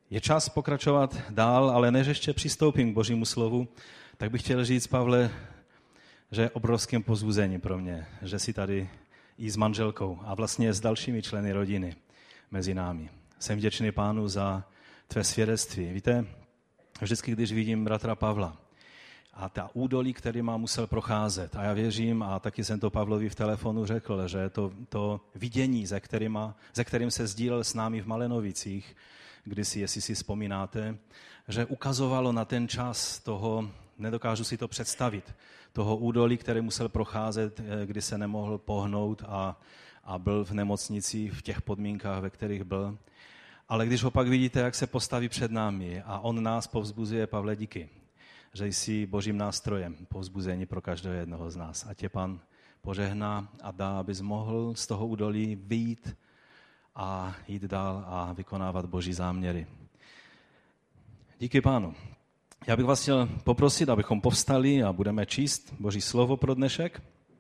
Je čas pokračovat dál, ale než ještě přistoupím k Božímu slovu, tak bych chtěl říct, Pavle, že je obrovským povzbuzením pro mě, že jsi tady i s manželkou a vlastně s dalšími členy rodiny mezi námi. Jsem vděčný Pánu za tvé svědectví. Víte, vždycky, když vidím bratra Pavla a ta údolí, kterýma musel procházet, a já věřím, a taky jsem to Pavlovi v telefonu řekl, že to vidění, se kterým se sdílel s námi v Malenovicích, kdysi, jestli si vzpomínáte, že ukazovalo na ten čas toho, nedokážu si to představit, toho údolí, který musel procházet, kdy se nemohl pohnout a byl v nemocnici v těch podmínkách, ve kterých byl. Ale když ho pak vidíte, jak se postaví před námi a on nás povzbuzuje, Pavle, díky, že jsi Božím nástrojem povzbuzení pro každého jednoho z nás. A tě Pán požehná a dá, abys mohl z toho údolí vyjít a jít dál a vykonávat Boží záměry. Díky Pánu. Já bych vás chtěl poprosit, abychom povstali a budeme číst Boží slovo pro dnešek.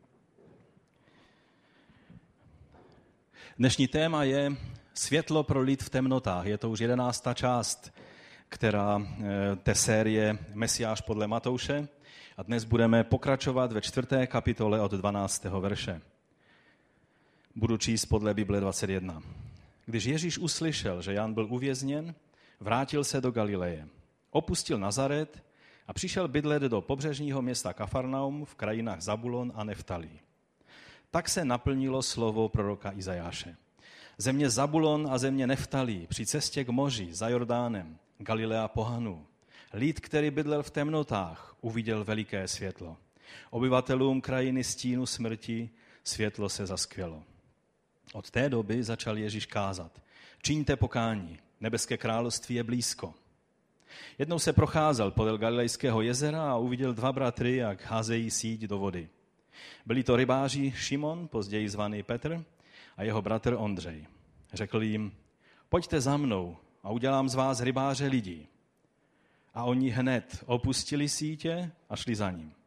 Dnešní téma je světlo pro lid v temnotách. Je to už 11. část, té série Mesiáš podle Matouše. A dnes budeme pokračovat ve 4. kapitole od 12. verše. Budu číst podle Bible 21. Když Ježíš uslyšel, že Jan byl uvězněn, vrátil se do Galileje. Opustil Nazaret a přišel bydlet do pobřežního města Kafarnaum v krajinách Zabulon a Neftalí. Tak se naplnilo slovo proroka Izajáše. Země Zabulon a země Neftalí při cestě k moři za Jordánem, Galilea pohanů. Lid, který bydlel v temnotách, uviděl veliké světlo. Obyvatelům krajiny stínu smrti světlo se zaskvělo. Od té doby začal Ježíš kázat. Čiňte pokání, nebeské království je blízko. Jednou se procházel podél Galilejského jezera a uviděl dva bratry, jak házejí síť do vody. Byli to rybáři Šimon, později zvaný Petr, a jeho bratr Ondřej. Řekl jim, pojďte za mnou a udělám z vás rybáře lidí. A oni hned opustili sítě a šli za ním.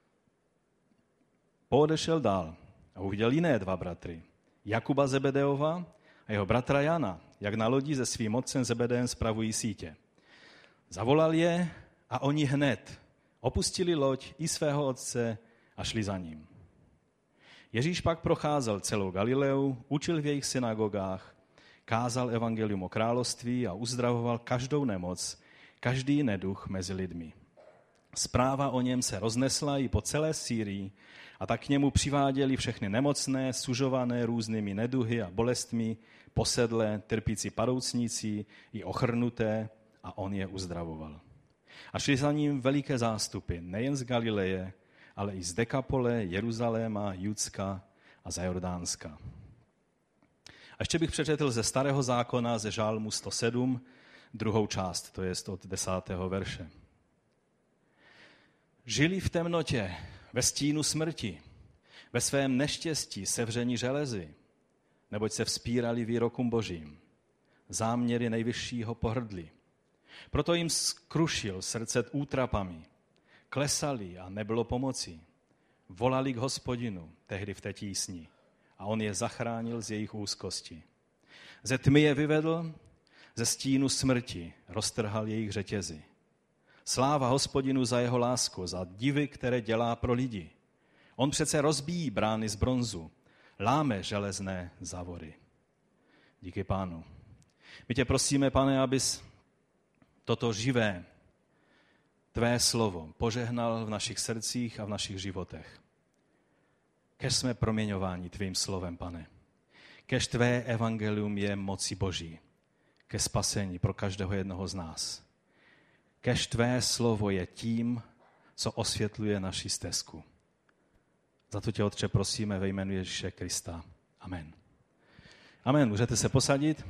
Poodešel dál a uviděl jiné dva bratry, Jakuba Zebedeova a jeho bratra Jana, jak na lodi se svým otcem Zebedeem spravují sítě. Zavolal je a oni hned opustili loď i svého otce a šli za ním. Ježíš pak procházel celou Galileu, učil v jejich synagogách, kázal evangelium o království a uzdravoval každou nemoc, každý neduch mezi lidmi. Zpráva o něm se roznesla i po celé Sýrii a tak k němu přiváděli všechny nemocné, sužované různými neduhy a bolestmi, posedlé, trpící padoucníci i ochrnuté, a on je uzdravoval. A šli za ním veliké zástupy, nejen z Galileje, ale i z Dekapole, Jeruzaléma, Judska a za Jordánska. A ještě bych přečetl ze Starého zákona, ze Žálmu 107, druhou část, to je od 10. verše. Žili v temnotě, ve stínu smrti, ve svém neštěstí sevření železy, neboť se vzpírali výrokům Božím, záměry nejvyššího pohrdli. Proto jim skrušil srdce útrapami, klesali a nebylo pomoci. Volali k Hospodinu tehdy v té tísni a on je zachránil z jejich úzkosti. Ze tmy je vyvedl, ze stínu smrti roztrhal jejich řetězy. Sláva Hospodinu za jeho lásku, za divy, které dělá pro lidi. On přece rozbíjí brány z bronzu, láme železné zavory. Díky Pánu. My tě prosíme, Pane, abys toto živé tvé slovo požehnal v našich srdcích a v našich životech. Kež jsme proměňováni tvým slovem, Pane. Kež tvé evangelium je moci Boží ke spasení pro každého jednoho z nás. Kež tvé slovo je tím, co osvětluje naši stezku. Za to tě, Otče, prosíme ve jménu Ježíše Krista. Amen. Amen. Můžete se posadit?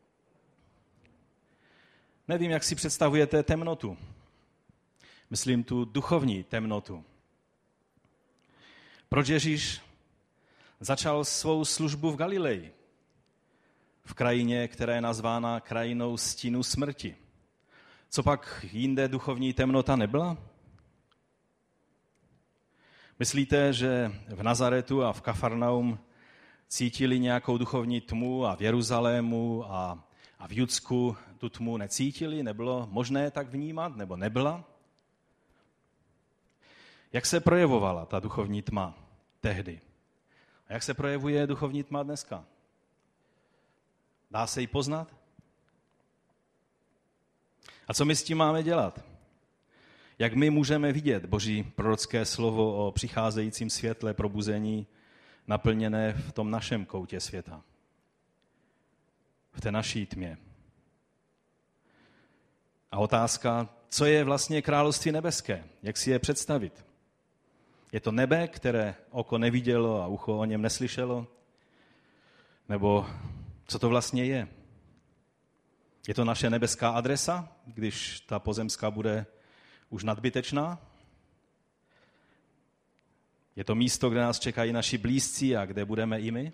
Nevím, jak si představujete temnotu. Myslím tu duchovní temnotu. Proč Ježíš začal svou službu v Galileji? V krajině, která je nazvána krajinou stínu smrti. Co pak jinde duchovní temnota nebyla? Myslíte, že v Nazaretu a v Kafarnaum cítili nějakou duchovní tmu a v Jeruzalému a A v Judsku tu tmu necítili, nebylo možné tak vnímat, nebo nebyla. Jak se projevovala ta duchovní tma tehdy? A jak se projevuje duchovní tma dneska? Dá se ji poznat? A co my s tím máme dělat? Jak my můžeme vidět Boží prorocké slovo o přicházejícím světle probuzení naplněné v tom našem koutě světa? V té naší tmě. A otázka, co je vlastně království nebeské? Jak si je představit? Je to nebe, které oko nevidělo a ucho o něm neslyšelo? Nebo co to vlastně je? Je to naše nebeská adresa, když ta pozemská bude už nadbytečná? Je to místo, kde nás čekají naši blízcí a kde budeme i my?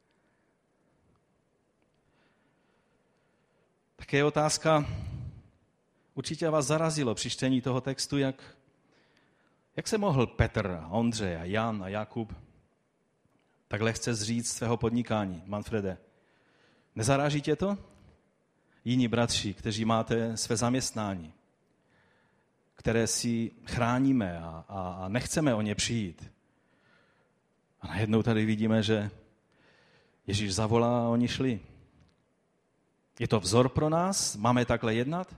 Také je otázka, určitě vás zarazilo při čtení toho textu, jak se mohl Petr a Ondřej a Jan a Jakub tak lehce zříct svého podnikání. Manfrede, nezaráží tě to? Jiní bratři, kteří máte své zaměstnání, které si chráníme a nechceme o ně přijít. A najednou tady vidíme, že Ježíš zavolá a oni šli. Je to vzor pro nás? Máme takhle jednat?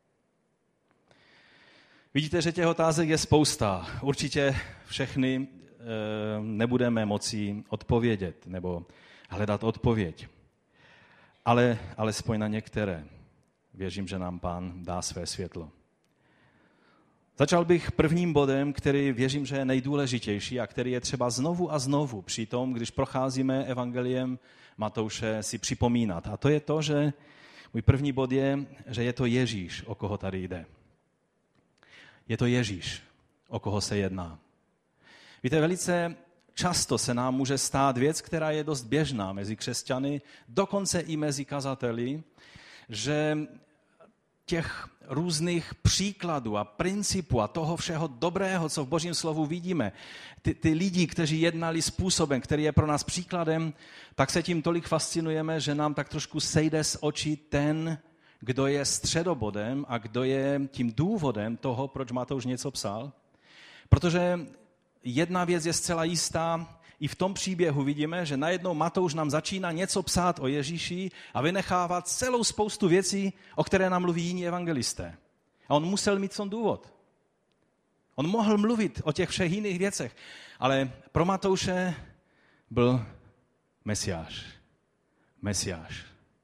Vidíte, že těch otázek je spousta. Určitě všechny nebudeme moci odpovědět nebo hledat odpověď. Ale alespoň na některé. Věřím, že nám Pán dá své světlo. Začal bych prvním bodem, který věřím, že je nejdůležitější a který je třeba znovu a znovu při tom, když procházíme evangeliem Matouše, si připomínat. A to je to, že můj první bod je, že je to Ježíš, o koho tady jde. Je to Ježíš, o koho se jedná. Víte, velice často se nám může stát věc, která je dost běžná mezi křesťany, dokonce i mezi kazateli, že těch různých příkladů a principů a toho všeho dobrého, co v Božím slovu vidíme, ty lidi, kteří jednali způsobem, který je pro nás příkladem, tak se tím tolik fascinujeme, že nám tak trošku sejde z očí ten, kdo je středobodem a kdo je tím důvodem toho, proč Matouš něco psal. Protože jedna věc je zcela jistá, i v tom příběhu vidíme, že najednou Matouš nám začíná něco psát o Ježíši a vynechává celou spoustu věcí, o které nám mluví jiní evangelisté. A on musel mít son důvod. On mohl mluvit o těch všech jiných věcech, ale pro Matouše byl Mesiáš. Mesiáš.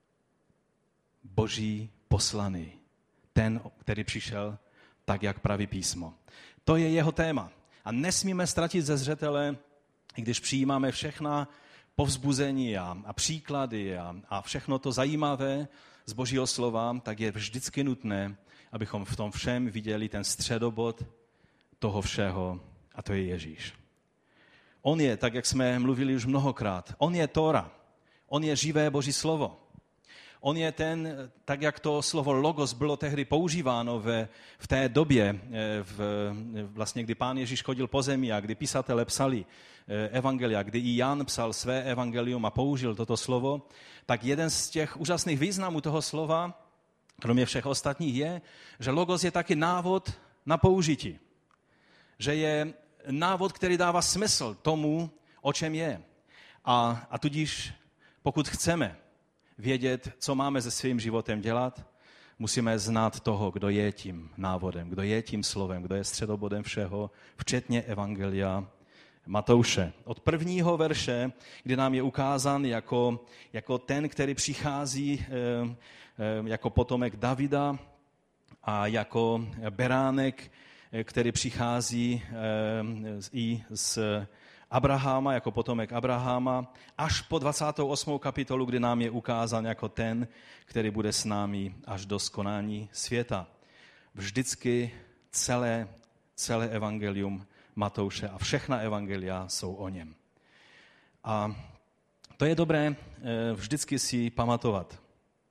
Boží poslaný. Ten, který přišel tak, jak praví písmo. To je jeho téma. A nesmíme ztratit ze zřetele, i když přijímáme všechna povzbuzení a příklady a všechno to zajímavé z Božího slova, tak je vždycky nutné, abychom v tom všem viděli ten středobod toho všeho, a to je Ježíš. On je, tak jak jsme mluvili už mnohokrát, on je Tóra, on je živé Boží slovo. On je ten, tak jak to slovo logos bylo tehdy používáno v té době, vlastně kdy Pán Ježíš chodil po zemi a kdy pisatelé psali evangelia, kdy i Jan psal své evangelium a použil toto slovo, tak jeden z těch úžasných významů toho slova, kromě všech ostatních, je, že logos je taky návod na použití. Že je návod, který dává smysl tomu, o čem je. A tudíž, pokud chceme vědět, co máme se svým životem dělat, musíme znát toho, kdo je tím návodem, kdo je tím slovem, kdo je středobodem všeho, včetně evangelia Matouše. Od prvního verše, kdy nám je ukázán jako ten, který přichází jako potomek Davida a jako beránek, který přichází i z Abraháma, jako potomek Abraháma, až po 28. kapitolu, kdy nám je ukázán jako ten, který bude s námi až do skonání světa. Vždycky celé evangelium Matouše a všechna evangelia jsou o něm. A to je dobré vždycky si pamatovat.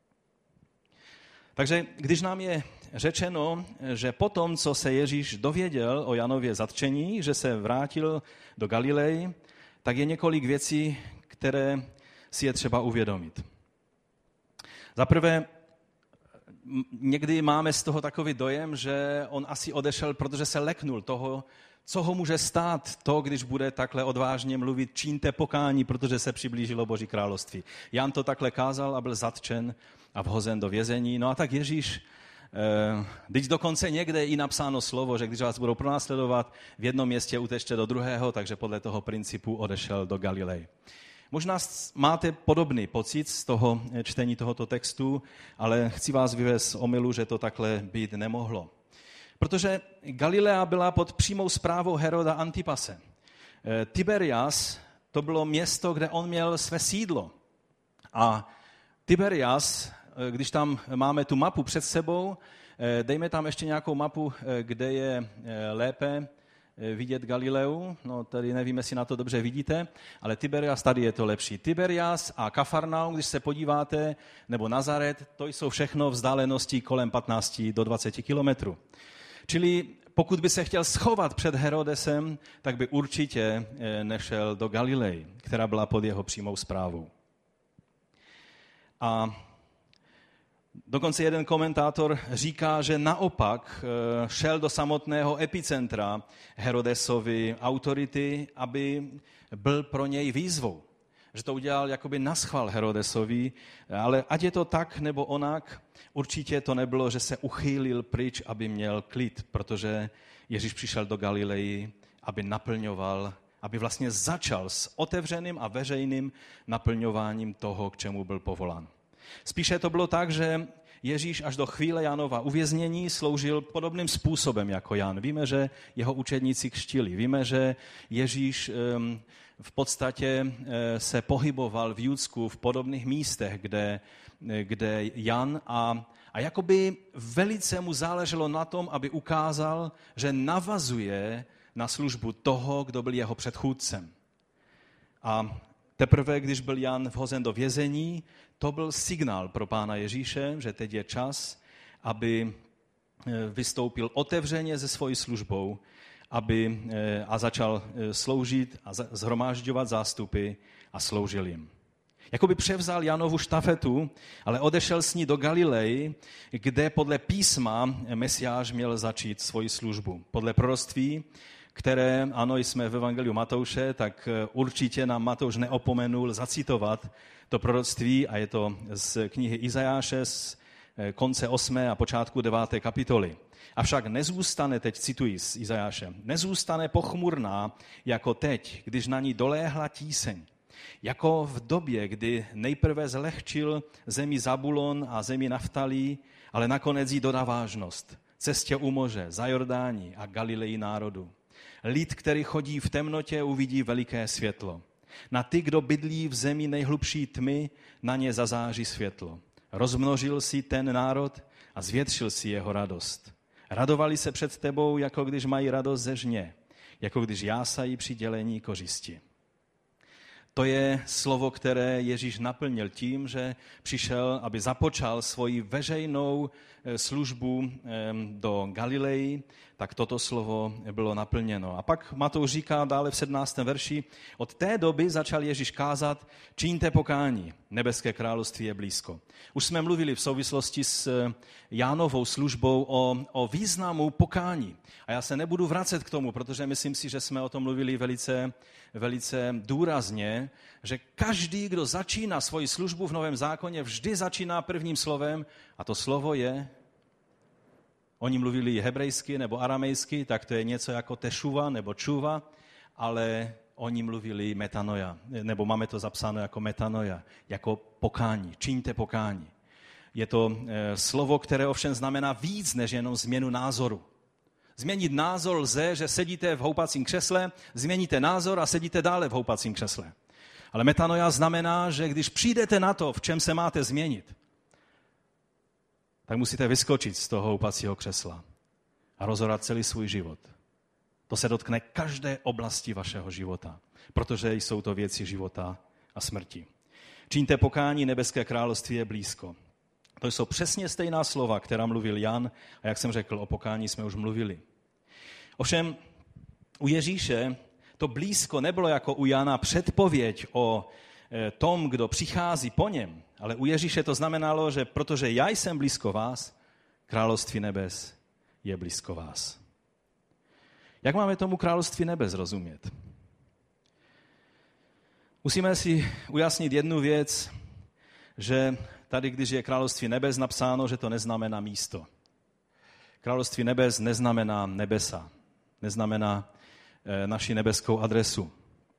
Takže když nám je řečeno, že potom, co se Ježíš dověděl o Janově zatčení, že se vrátil do Galileji, tak je několik věcí, které si je třeba uvědomit. Za prvé, někdy máme z toho takový dojem, že on asi odešel, protože se leknul toho, co ho může stát to, když bude takhle odvážně mluvit, čiňte pokání, protože se přiblížilo Boží království. Jan to takhle kázal a byl zatčen a vhozen do vězení. No a tak Ježíš, když dokonce někde je i napsáno slovo, že když vás budou pronásledovat, v jednom městě utečte do druhého, takže podle toho principu odešel do Galileje. Možná máte podobný pocit z toho čtení tohoto textu, ale chci vás vyvést z omylu, že to takhle být nemohlo. Protože Galilea byla pod přímou správou Heroda Antipase. Tiberias to bylo město, kde on měl své sídlo. A Tiberias, když tam máme tu mapu před sebou, dejme tam ještě nějakou mapu, kde je lépe vidět Galileu. No tady nevím, jestli na to dobře vidíte, ale Tiberias, tady je to lepší. Tiberias a Kafarnaum, když se podíváte, nebo Nazaret, to jsou všechno vzdálenosti kolem 15 do 20 kilometrů. Čili pokud by se chtěl schovat před Herodesem, tak by určitě nešel do Galilei, která byla pod jeho přímou správou. A dokonce jeden komentátor říká, že naopak šel do samotného epicentra Herodesovy autority, aby byl pro něj výzvou. Že to udělal jakoby naschvál Herodesovi, ale ať je to tak nebo onak, určitě to nebylo, že se uchýlil pryč, aby měl klid, protože Ježíš přišel do Galileji, aby naplňoval, aby vlastně začal s otevřeným a veřejným naplňováním toho, k čemu byl povolán. Spíše to bylo tak, že Ježíš až do chvíle Janova uvěznění sloužil podobným způsobem jako Jan. Víme, že jeho učedníci křtili. Víme, že Ježíš v podstatě se pohyboval v Judsku v podobných místech, kde Jan a jakoby velice mu záleželo na tom, aby ukázal, že navazuje na službu toho, kdo byl jeho předchůdcem. A teprve, když byl Jan vhozen do vězení, to byl signál pro Pána Ježíše, že teď je čas, aby vystoupil otevřeně se svojí službou a začal sloužit a shromážďovat zástupy a sloužil jim. Jakoby převzal Janovu štafetu, ale odešel s ní do Galileji, kde podle písma Mesiáš měl začít svoji službu. Podle proroctví, které, ano, jsme v Evangeliu Matouše, tak určitě nám Matouš neopomenul zacitovat to proroctví a je to z knihy Izajáše z konce 8. a počátku 9. kapitoly. Avšak nezůstane, teď cituji z Izajáše, nezůstane pochmurná jako teď, když na ní doléhla tíseň. Jako v době, kdy nejprve zlehčil zemi Zabulon a zemi Naftalí, ale nakonec jí dodá vážnost. Cestě u moře, za Jordání a Galileji národu. Lid, který chodí v temnotě, uvidí veliké světlo. Na ty, kdo bydlí v zemi nejhlubší tmy, na ně zazáří světlo. Rozmnožil si ten národ a zvětšil si jeho radost. Radovali se před tebou, jako když mají radost ze žně, jako když jásají při dělení kořisti. To je slovo, které Ježíš naplnil tím, že přišel, aby započal svoji veřejnou službu do Galileji, tak toto slovo bylo naplněno. A pak Matouš říká dále v 17. verši, od té doby začal Ježíš kázat, čiňte pokání, nebeské království je blízko. Už jsme mluvili v souvislosti s Jánovou službou o významu pokání. A já se nebudu vracet k tomu, protože myslím si, že jsme o tom mluvili velice důrazně, že každý, kdo začíná svoji službu v Novém zákoně, vždy začíná prvním slovem a to slovo je, oni mluvili hebrejsky nebo aramejsky, tak to je něco jako tešuva nebo čuva, ale oni mluvili metanoja, nebo máme to zapsáno jako metanoja, jako pokání, čiňte pokání. Je to slovo, které ovšem znamená víc než jenom změnu názoru. Změnit názor lze, že sedíte v houpacím křesle, změníte názor a sedíte dále v houpacím křesle. Ale metanoja znamená, že když přijdete na to, v čem se máte změnit, tak musíte vyskočit z toho houpacího křesla a rozhorat celý svůj život. To se dotkne každé oblasti vašeho života, protože jsou to věci života a smrti. Čiňte pokání, nebeské království je blízko. To jsou přesně stejná slova, která mluvil Jan a jak jsem řekl, o pokání jsme už mluvili. Ovšem u Ježíše to blízko nebylo jako u Jana předpověď o tom, kdo přichází po něm, ale u Ježíše to znamenalo, že protože já jsem blízko vás, království nebes je blízko vás. Jak máme tomu království nebes rozumět? Musíme si ujasnit jednu věc, že tady, když je království nebes napsáno, že to neznamená místo. Království nebes neznamená nebesa, neznamená naši nebeskou adresu.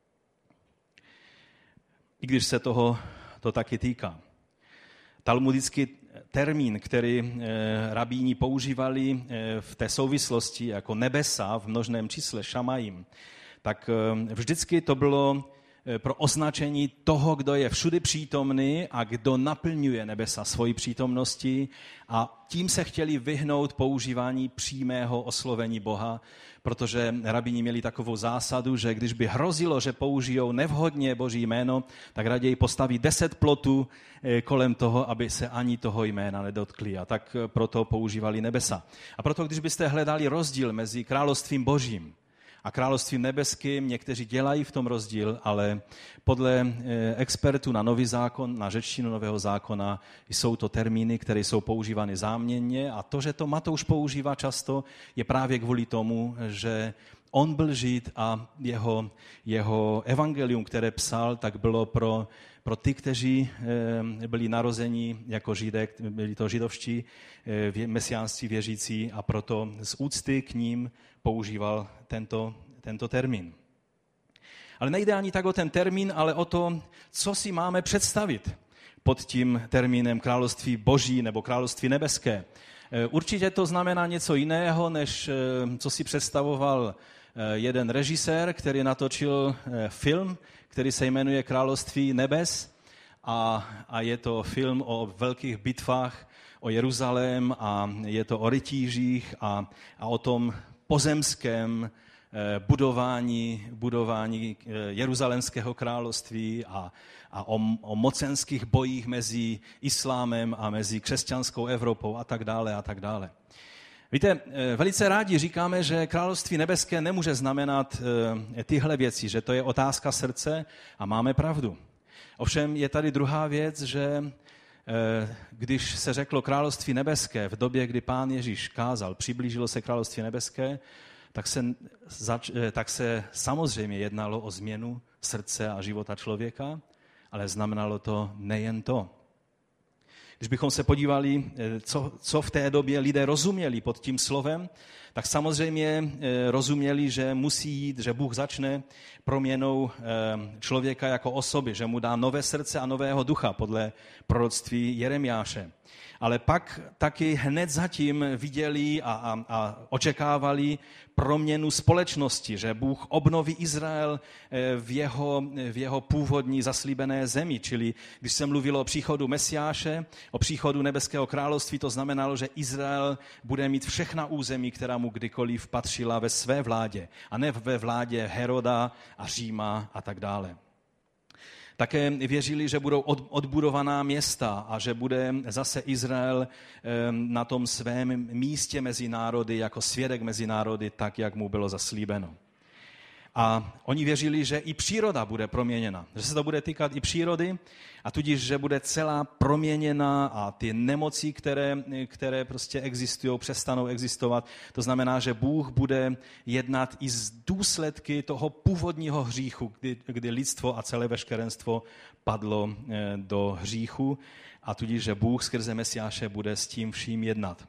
I když se toho to taky týká. Talmudický termín, který rabíni používali v té souvislosti jako nebesa v množném čísle šamajim, tak vždycky to bylo pro označení toho, kdo je všudy přítomný a kdo naplňuje nebesa svojí přítomností, a tím se chtěli vyhnout používání přímého oslovení Boha, protože rabíni měli takovou zásadu, že když by hrozilo, že použijou nevhodně Boží jméno, tak raději postaví 10 plotů kolem toho, aby se ani toho jména nedotkli. A tak proto používali nebesa. A proto, když byste hledali rozdíl mezi královstvím Božím a královstvím nebeským, někteří dělají v tom rozdíl, ale podle expertů na Nový zákon, na řečtinu Nového zákona, jsou to termíny, které jsou používány záměnně, a to, že to Matouš používá často, je právě kvůli tomu, že on byl Žid a jeho evangelium, které psal, tak bylo pro ty, kteří byli narozeni jako Židé, byli to židovští mesiánství věřící, a proto z úcty k ním používal tento termín. Ale nejde ani tak o ten termín, ale o to, co si máme představit pod tím termínem království Boží nebo království nebeské. Určitě to znamená něco jiného, než co si představoval jeden režisér, který natočil film, který se jmenuje Království nebes, a je to film o velkých bitvách o Jeruzalém, a je to o rytířích a o tom pozemském budování Jeruzalémského království a o mocenských bojích mezi islámem a mezi křesťanskou Evropou a tak dále a tak dále. Víte, velice rádi říkáme, že království nebeské nemůže znamenat tyhle věci, že to je otázka srdce, a máme pravdu. Ovšem je tady druhá věc, že když se řeklo království nebeské v době, kdy Pán Ježíš kázal, přiblížilo se království nebeské, tak se samozřejmě jednalo o změnu srdce a života člověka, ale znamenalo to nejen to. Když bychom se podívali, co v té době lidé rozuměli pod tím slovem, tak samozřejmě rozuměli, že musí jít, že Bůh začne proměnou člověka jako osoby, že mu dá nové srdce a nového ducha podle proroctví Jeremiáše. Ale pak taky hned zatím viděli a očekávali proměnu společnosti, že Bůh obnoví Izrael v jeho původní zaslíbené zemi. Čili když se mluvilo o příchodu Mesiáše, o příchodu nebeského království, to znamenalo, že Izrael bude mít všechna území, která mu kdykoliv patřila, ve své vládě, a ne ve vládě Heroda a Říma a tak dále. Také věřili, že budou odbudovaná města a že bude zase Izrael na tom svém místě mezi národy, jako svědek mezi národy, tak, jak mu bylo zaslíbeno. A oni věřili, že i příroda bude proměněna, že se to bude týkat i přírody, a tudíž, že bude celá proměněna a ty nemoci, které prostě existují, přestanou existovat. To znamená, že Bůh bude jednat i z důsledky toho původního hříchu, kdy lidstvo a celé veškerenstvo padlo do hříchu, a tudíž, že Bůh skrze Mesiáše bude s tím vším jednat.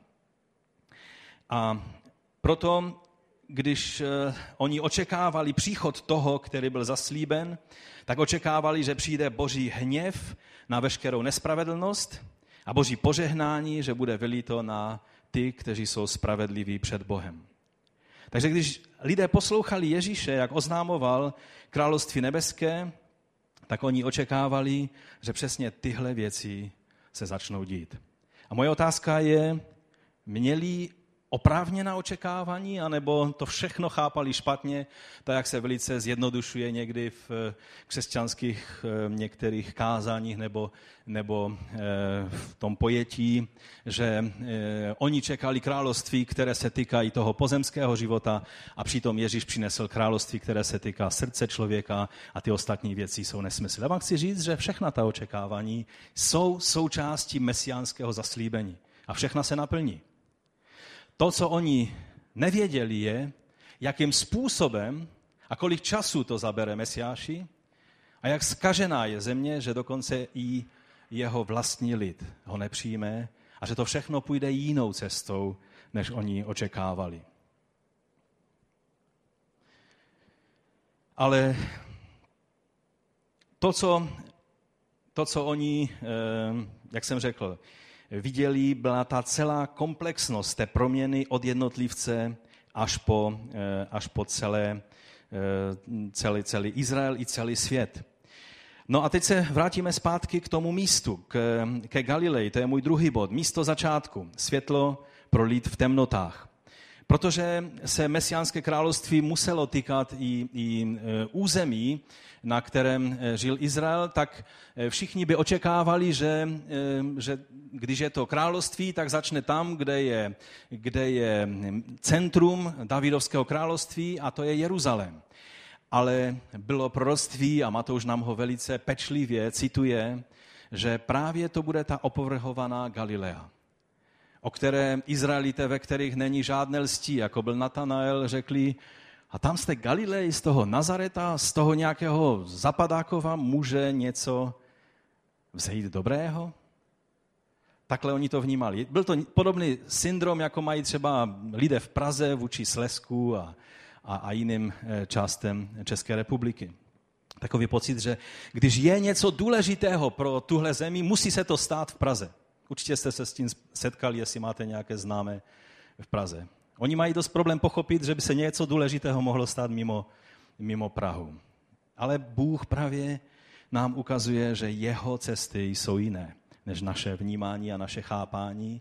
A proto, když oni očekávali příchod toho, který byl zaslíben, tak očekávali, že přijde Boží hněv na veškerou nespravedlnost a Boží požehnání, že bude vylito na ty, kteří jsou spravedliví před Bohem. Takže když lidé poslouchali Ježíše, jak oznámoval království nebeské, tak oni očekávali, že přesně tyhle věci se začnou dít. A moje otázka je, měli oprávněná očekávání, anebo to všechno chápali špatně, tak jak se velice zjednodušuje někdy v křesťanských některých kázáních nebo v tom pojetí, že oni čekali království, které se týká i toho pozemského života, a přitom Ježíš přinesl království, které se týká srdce člověka, a ty ostatní věci jsou nesmysl. Já vám chci říct, že všechna ta očekávání jsou součástí mesiánského zaslíbení a všechna se naplní. To, co oni nevěděli, je, jakým způsobem a kolik času to zabere Mesiáši a jak zkažená je země, že dokonce i jeho vlastní lid ho nepřijme a že to všechno půjde jinou cestou, než oni očekávali. Ale to, co oni, jak jsem řekl, viděli, byla ta celá komplexnost té proměny od jednotlivce až po celý Izrael i celý svět. No a teď se vrátíme zpátky k tomu místu, ke Galileji, to je můj druhý bod. Místo začátku, světlo pro lid v temnotách. Protože se mesiánské království muselo týkat i území, na kterém žil Izrael, tak všichni by očekávali, že když je to království, tak začne tam, kde je centrum Davidovského království, a to je Jeruzalém. Ale bylo proroctví, a Matouš nám ho velice pečlivě cituje, že právě to bude ta opovrhovaná Galilea, o které Izraelité, ve kterých není žádné lstí, jako byl Natanael, řekli, a tam z té Galileji, z toho Nazareta, z toho nějakého Zapadákova může něco vzejít dobrého? Takhle oni to vnímali. Byl to podobný syndrom, jako mají třeba lidé v Praze vůči Slezsku a jiným částem České republiky. Takový pocit, že když je něco důležitého pro tuhle zemi, musí se to stát v Praze. Určitě jste se s tím setkali, jestli máte nějaké známé v Praze. Oni mají dost problém pochopit, že by se něco důležitého mohlo stát mimo Prahu. Ale Bůh právě nám ukazuje, že jeho cesty jsou jiné než naše vnímání a naše chápání.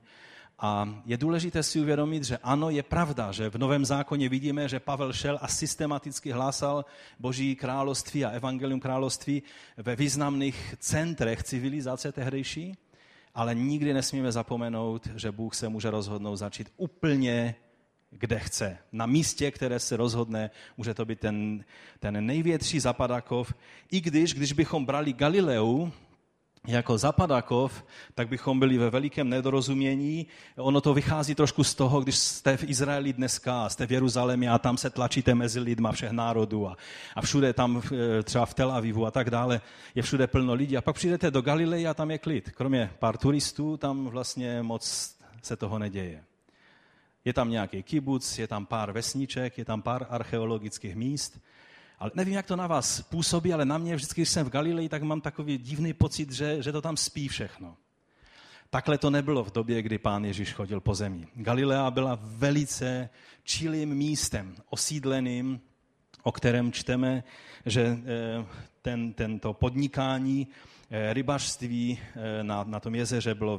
A je důležité si uvědomit, že ano, je pravda, že v Novém zákoně vidíme, že Pavel šel a systematicky hlásal Boží království a evangelium království ve významných centrech civilizace tehdejší, ale nikdy nesmíme zapomenout, že Bůh se může rozhodnout začít úplně kde chce. Na místě, které se rozhodne, může to být ten největší Zapadákov, i když bychom brali Galileu jako Zapadákov, tak bychom byli ve velikém nedorozumění. Ono to vychází trošku z toho, když jste v Izraeli dneska, jste v Jeruzalémě a tam se tlačíte mezi lidma všech národů a všude tam, třeba v Tel Avivu a tak dále, je všude plno lidí. A pak přijdete do Galileje a tam je klid. Kromě pár turistů, tam vlastně moc se toho neděje. Je tam nějaký kibuc, je tam pár vesniček, je tam pár archeologických míst. Ale nevím, jak to na vás působí, ale na mě vždycky, když jsem v Galileji, tak mám takový divný pocit, že to tam spí všechno. Takhle to nebylo v době, kdy Pán Ježíš chodil po zemi. Galilea byla velice čilým místem, osídleným, o kterém čteme, že tento podnikání, rybařství na tom jezeře bylo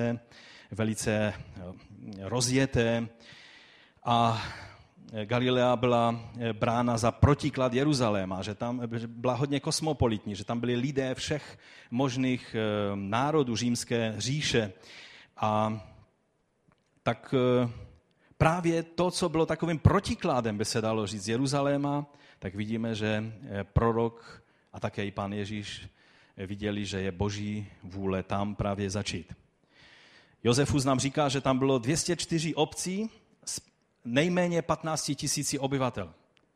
velice rozjeté a Galilea byla brána za protiklad Jeruzaléma, že tam byla hodně kosmopolitní, že tam byli lidé všech možných národů římské říše. A tak právě to, co bylo takovým protikladem, by se dalo říct, Jeruzaléma, tak vidíme, že prorok a také i Pán Ježíš viděli, že je Boží vůle tam právě začít. Josefus nám říká, že tam bylo 204 obcí s nejméně 15 000 obyvatel.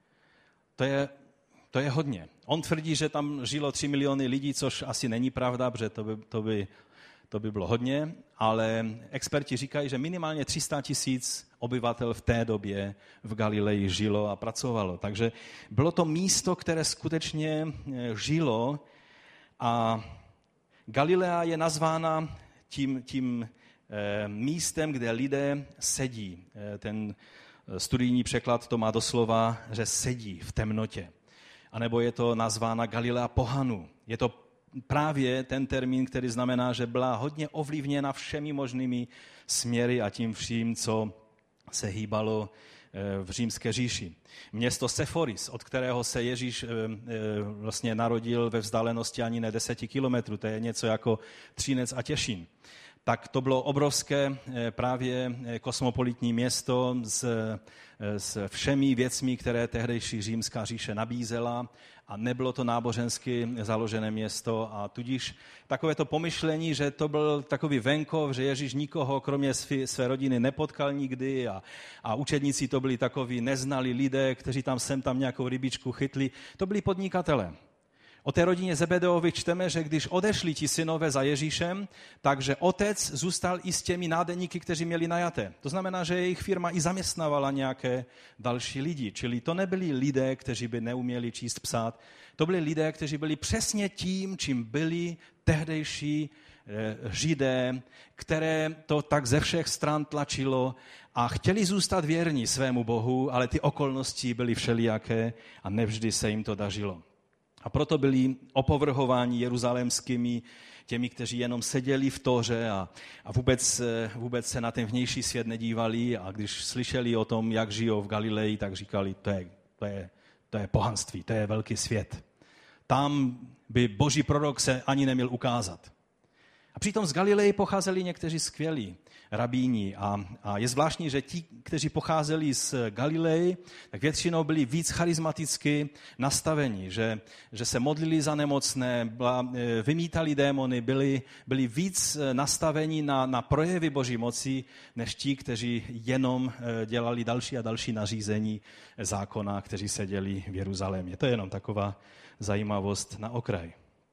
To je hodně. On tvrdí, že tam žilo 3 miliony lidí, což asi není pravda, protože to by bylo hodně, ale experti říkají, že minimálně 300 000 obyvatel v té době v Galileji žilo a pracovalo. Takže bylo to místo, které skutečně žilo a Galilea je nazvána tím místem, kde lidé sedí. Ten studijní překlad to má doslova, že sedí v temnotě. A nebo je to nazvána Galilea pohanů. Je to právě ten termín, který znamená, že byla hodně ovlivněna všemi možnými směry a tím vším, co se hýbalo v římské říši. Město Seforis, od kterého se Ježíš vlastně narodil ve vzdálenosti ani ne 10 kilometrů, to je něco jako Třinec a Těšín. tak to bylo obrovské právě kosmopolitní město s všemi věcmi, které tehdejší římská říše nabízela, a nebylo to nábožensky založené město, a tudíž takové to pomyšlení, že to byl takový venkov, že Ježíš nikoho kromě své rodiny nepotkal nikdy a učedníci to byli takoví neznalí lidé, kteří tam sem tam nějakou rybičku chytli, to byli podnikatelé. O té rodině Zebedeových čteme, že když odešli ti synové za Ježíšem, takže otec zůstal i s těmi nádeníky, kteří měli najaté. To znamená, že jejich firma i zaměstnávala nějaké další lidi. Čili to nebyli lidé, kteří by neuměli číst, psát. To byli lidé, kteří byli přesně tím, čím byli tehdejší Židé, které to tak ze všech stran tlačilo a chtěli zůstat věrní svému Bohu, ale ty okolnosti byly všelijaké a nevždy se jim to dařilo. A proto byli opovrhováni jeruzalémskými, těmi, kteří jenom seděli v Tóře a vůbec se na ten vnější svět nedívali, a když slyšeli o tom, jak žijou v Galileji, tak říkali, to je pohanství, to je velký svět. Tam by boží prorok se ani neměl ukázat. A přitom z Galileji pocházeli někteří skvělí rabíni a je zvláštní, že ti, kteří pocházeli z Galileji, tak většinou byli víc charismaticky nastaveni, že se modlili za nemocné, vymítali démony, byli víc nastaveni na projevy boží moci, než ti, kteří jenom dělali další a další nařízení zákona, kteří seděli v Jeruzalémě. To je jenom taková zajímavost na okraj.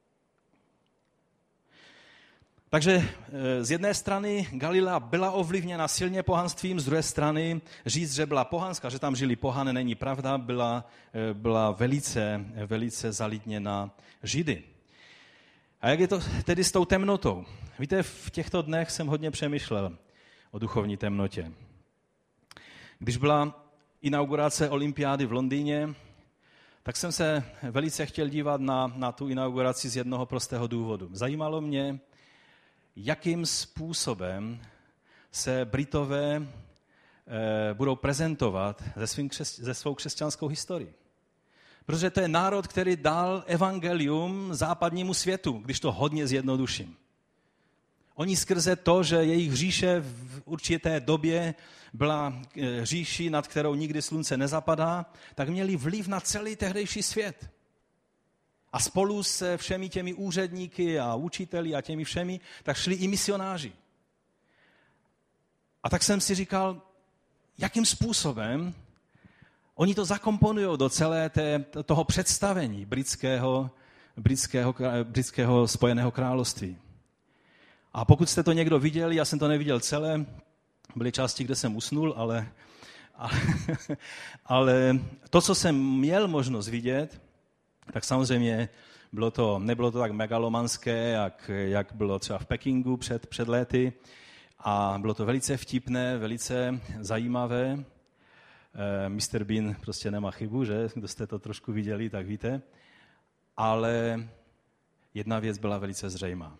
Takže z jedné strany Galilea byla ovlivněna silně pohanstvím, z druhé strany říct, že byla pohanská, že tam žili pohané, není pravda, byla velice zalidněna Židy. A jak je to tedy s tou temnotou? Víte, v těchto dnech jsem hodně přemýšlel o duchovní temnotě. Když byla inaugurace olympiády v Londýně, tak jsem se velice chtěl dívat na tu inauguraci z jednoho prostého důvodu. Zajímalo mě, jakým způsobem se Britové budou prezentovat ze svou křesťanskou historií. Protože to je národ, který dal evangelium západnímu světu, když to hodně zjednoduším. Oni skrze to, že jejich říše v určité době byla říší, nad kterou nikdy slunce nezapadá, tak měli vliv na celý tehdejší svět. A spolu se všemi těmi úředníky a učiteli a těmi všemi, tak šli i misionáři. A tak jsem si říkal, jakým způsobem oni to zakomponují do celé toho představení britského Spojeného království. A pokud jste to někdo viděli, já jsem to neviděl celé, byly části, kde jsem usnul, ale to, co jsem měl možnost vidět, tak samozřejmě nebylo to tak megalomanské, jak bylo třeba v Pekingu před léty, a bylo to velice vtipné, velice zajímavé. Mr. Bean prostě nemá chybu, že? Kdo jste to trošku viděli, tak víte. Ale jedna věc byla velice zřejmá.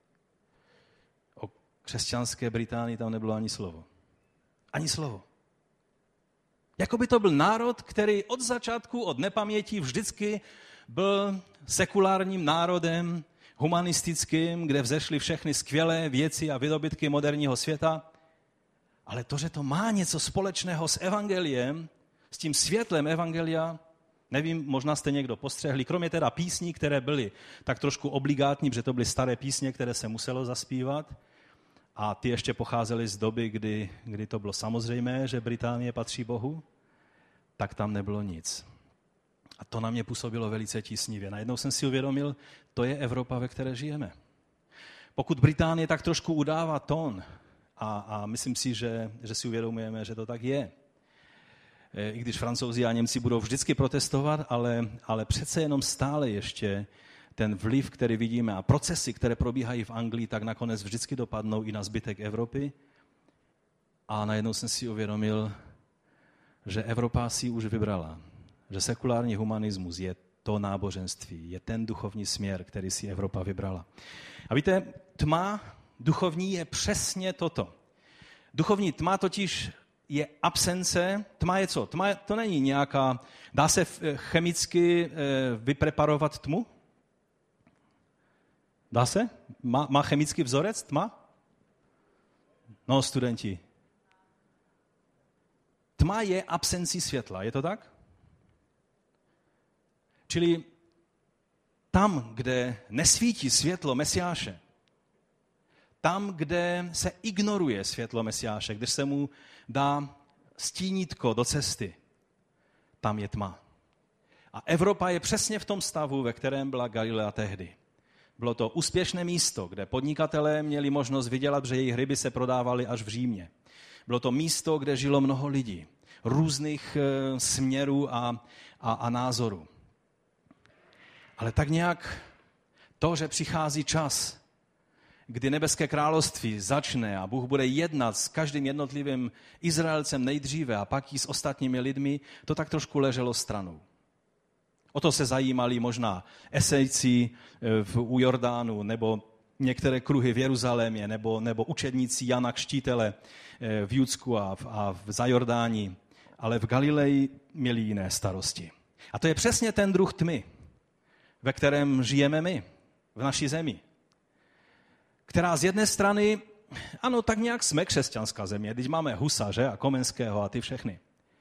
O křesťanské Británii tam nebylo ani slovo. Ani slovo. Jakoby to byl národ, který od začátku, od nepaměti vždycky byl sekulárním národem, humanistickým, kde vzešly všechny skvělé věci a výdobytky moderního světa. Ale to, že to má něco společného s evangeliem, s tím světlem evangelia, nevím, možná jste někdo postřehli, kromě teda písní, které byly tak trošku obligátní, protože to byly staré písně, které se muselo zaspívat, a ty ještě pocházely z doby, kdy to bylo samozřejmé, že Británie patří Bohu, tak tam nebylo nic. A to na mě působilo velice tísnivě. Najednou jsem si uvědomil, to je Evropa, ve které žijeme. Pokud Británie tak trošku udává tón, a myslím si, že si uvědomujeme, že to tak je, i když Francouzi a Němci budou vždycky protestovat, ale přece jenom stále ještě ten vliv, který vidíme, a procesy, které probíhají v Anglii, tak nakonec vždycky dopadnou i na zbytek Evropy. A najednou jsem si uvědomil, že Evropa si už vybrala, že sekulární humanismus je to náboženství, je ten duchovní směr, který si Evropa vybrala. A víte, tma duchovní je přesně toto. Duchovní tma totiž je absence. Tma je co? Tma to není nějaká, dá se chemicky vypreparovat tmu? Dá se? Má chemický vzorec tma? No, studenti. Tma je absencí světla, je to tak? Čili tam, kde nesvítí světlo Mesiáše, tam, kde se ignoruje světlo Mesiáše, když se mu dá stínítko do cesty, tam je tma. A Evropa je přesně v tom stavu, ve kterém byla Galilea tehdy. Bylo to úspěšné místo, kde podnikatelé měli možnost vydělat, že jejich ryby se prodávaly až v Římě. Bylo to místo, kde žilo mnoho lidí, různých směrů a názorů. Ale tak nějak to, že přichází čas, kdy nebeské království začne a Bůh bude jednat s každým jednotlivým Izraelcem nejdříve a pak i s ostatními lidmi, to tak trošku leželo stranou. O to se zajímali možná esejci u Jordánu, nebo některé kruhy v Jeruzalémě, nebo učedníci Jana Křtitele v Judsku a v Jordáni, ale v Galileji měli jiné starosti. A to je přesně ten druh tmy, ve kterém žijeme my, v naší zemi. Která z jedné strany, ano, tak nějak jsme křesťanská země, teď máme Husa, a Komenského a ty všechny.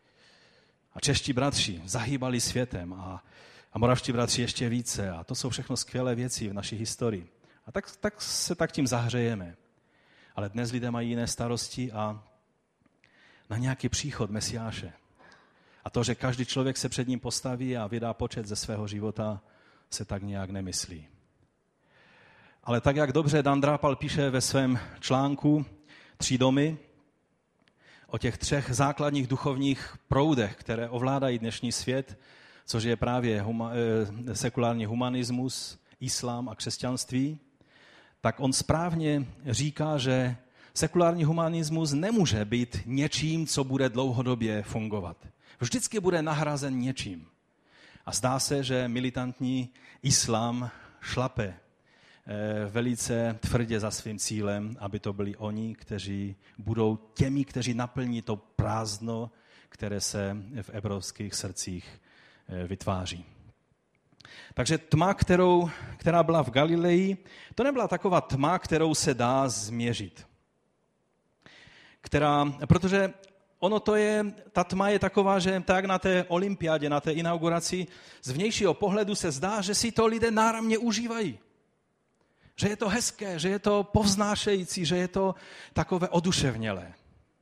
A čeští bratři zahýbali světem a moravští bratři ještě více. A to jsou všechno skvělé věci v naší historii. A tak se tím zahřejeme. Ale dnes lidé mají jiné starosti a na nějaký příchod Mesiáše. A to, že každý člověk se před ním postaví a vydá počet ze svého života, se tak nějak nemyslí. Ale tak, jak dobře Dan Drápal píše ve svém článku 3 domy, o těch 3 základních duchovních proudech, které ovládají dnešní svět, což je právě sekulární humanismus, islám a křesťanství, tak on správně říká, že sekulární humanismus nemůže být něčím, co bude dlouhodobě fungovat. Vždycky bude nahrazen něčím. A zdá se, že militantní islám šlape velice tvrdě za svým cílem, aby to byli oni, kteří budou těmi, kteří naplní to prázdno, které se v evropských srdcích vytváří. Takže tma, která byla v Galileji, to nebyla taková tma, kterou se dá změřit. Protože ta tma je taková, že tak na té olympiádě, na té inauguraci, z vnějšího pohledu se zdá, že si to lidé náramně užívají. Že je to hezké, že je to povznášející, že je to takové oduševnělé.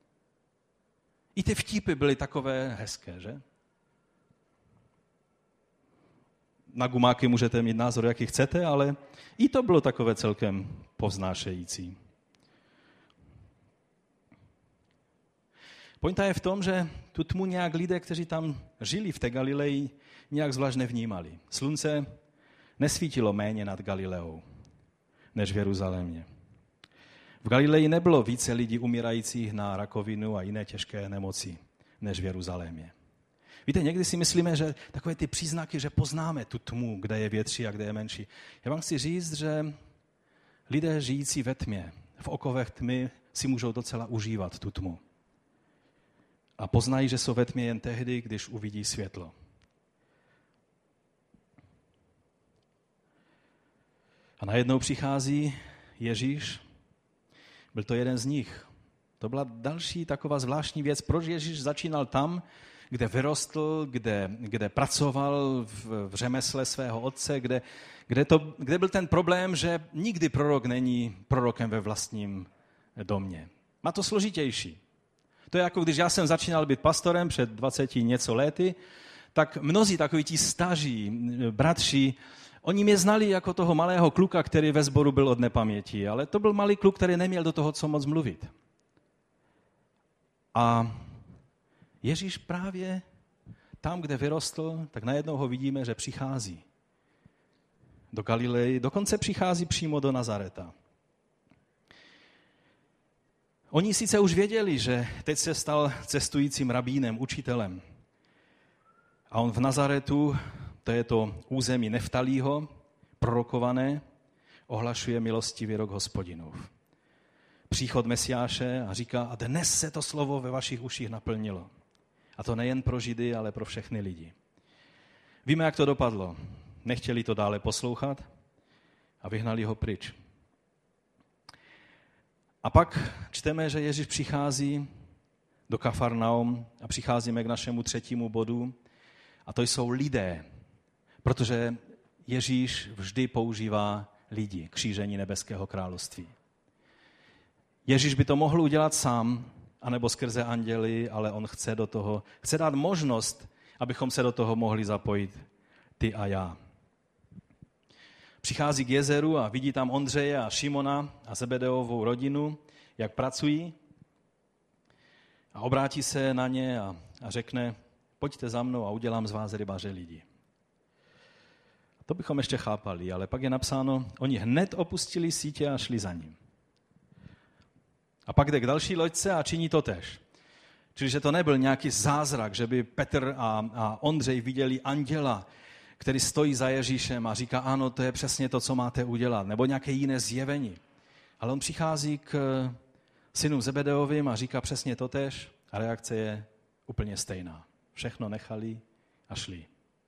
I ty vtipy byly takové hezké, že? Na gumáky můžete mít názor, jaký chcete, ale i to bylo takové celkem povznášející. Pointa je v tom, že tu tmu nějak lidé, kteří tam žili v té Galileji, nějak zvlášť nevnímali. Slunce nesvítilo méně nad Galileou než v Jeruzalémě. V Galileji nebylo více lidí umírajících na rakovinu a jiné těžké nemoci než v Jeruzalémě. Víte, někdy si myslíme, že takové ty příznaky, že poznáme tu tmu, kde je větší a kde je menší. Já vám chci říct, že lidé žijící ve tmě, v okovech tmy, si můžou docela užívat tu tmu. A poznají, že jsou ve tmě jen tehdy, když uvidí světlo. A najednou přichází Ježíš, byl to jeden z nich. To byla další taková zvláštní věc, proč Ježíš začínal tam, kde vyrostl, kde pracoval v řemesle svého otce, kde byl ten problém, že nikdy prorok není prorokem ve vlastním domě. Má to složitější. To je jako když já jsem začínal být pastorem před 20 něco lety, tak mnozí takoví ti staří bratři, oni mě znali jako toho malého kluka, který ve sboru byl od nepaměti, ale to byl malý kluk, který neměl do toho co moc mluvit. A Ježíš právě tam, kde vyrostl, tak najednou ho vidíme, že přichází do Galileji, dokonce přichází přímo do Nazareta. Oni sice už věděli, že teď se stal cestujícím rabínem, učitelem. A on v Nazaretu, to je to území Neftalího, prorokované, ohlašuje milostivý rok Hospodinův. Příchod Mesiáše a říká, a dnes se to slovo ve vašich uších naplnilo. A to nejen pro Židy, ale pro všechny lidi. Víme, jak to dopadlo. Nechtěli to dále poslouchat a vyhnali ho pryč. A pak čteme, že Ježíš přichází do Kafarnaum a přicházíme k našemu třetímu bodu a to jsou lidé, protože Ježíš vždy používá lidi k šíření nebeského království. Ježíš by to mohl udělat sám, anebo skrze anděly, ale on chce dát možnost, abychom se do toho mohli zapojit ty a já. Přichází k jezeru a vidí tam Ondřeje a Šimona a Zebedeovou rodinu, jak pracují a obrátí se na ně a řekne, pojďte za mnou a udělám z vás rybaře lidí. To bychom ještě chápali, ale pak je napsáno, oni hned opustili sítě a šli za ním. A pak jde k další loďce a činí to též. Čili, že to nebyl nějaký zázrak, že by Petr a Ondřej viděli anděla, který stojí za Ježíšem a říká, ano, to je přesně to, co máte udělat, nebo nějaké jiné zjevení. Ale on přichází k synům Zebedeovým a říká přesně to též a reakce je úplně stejná. Všechno nechali a šli.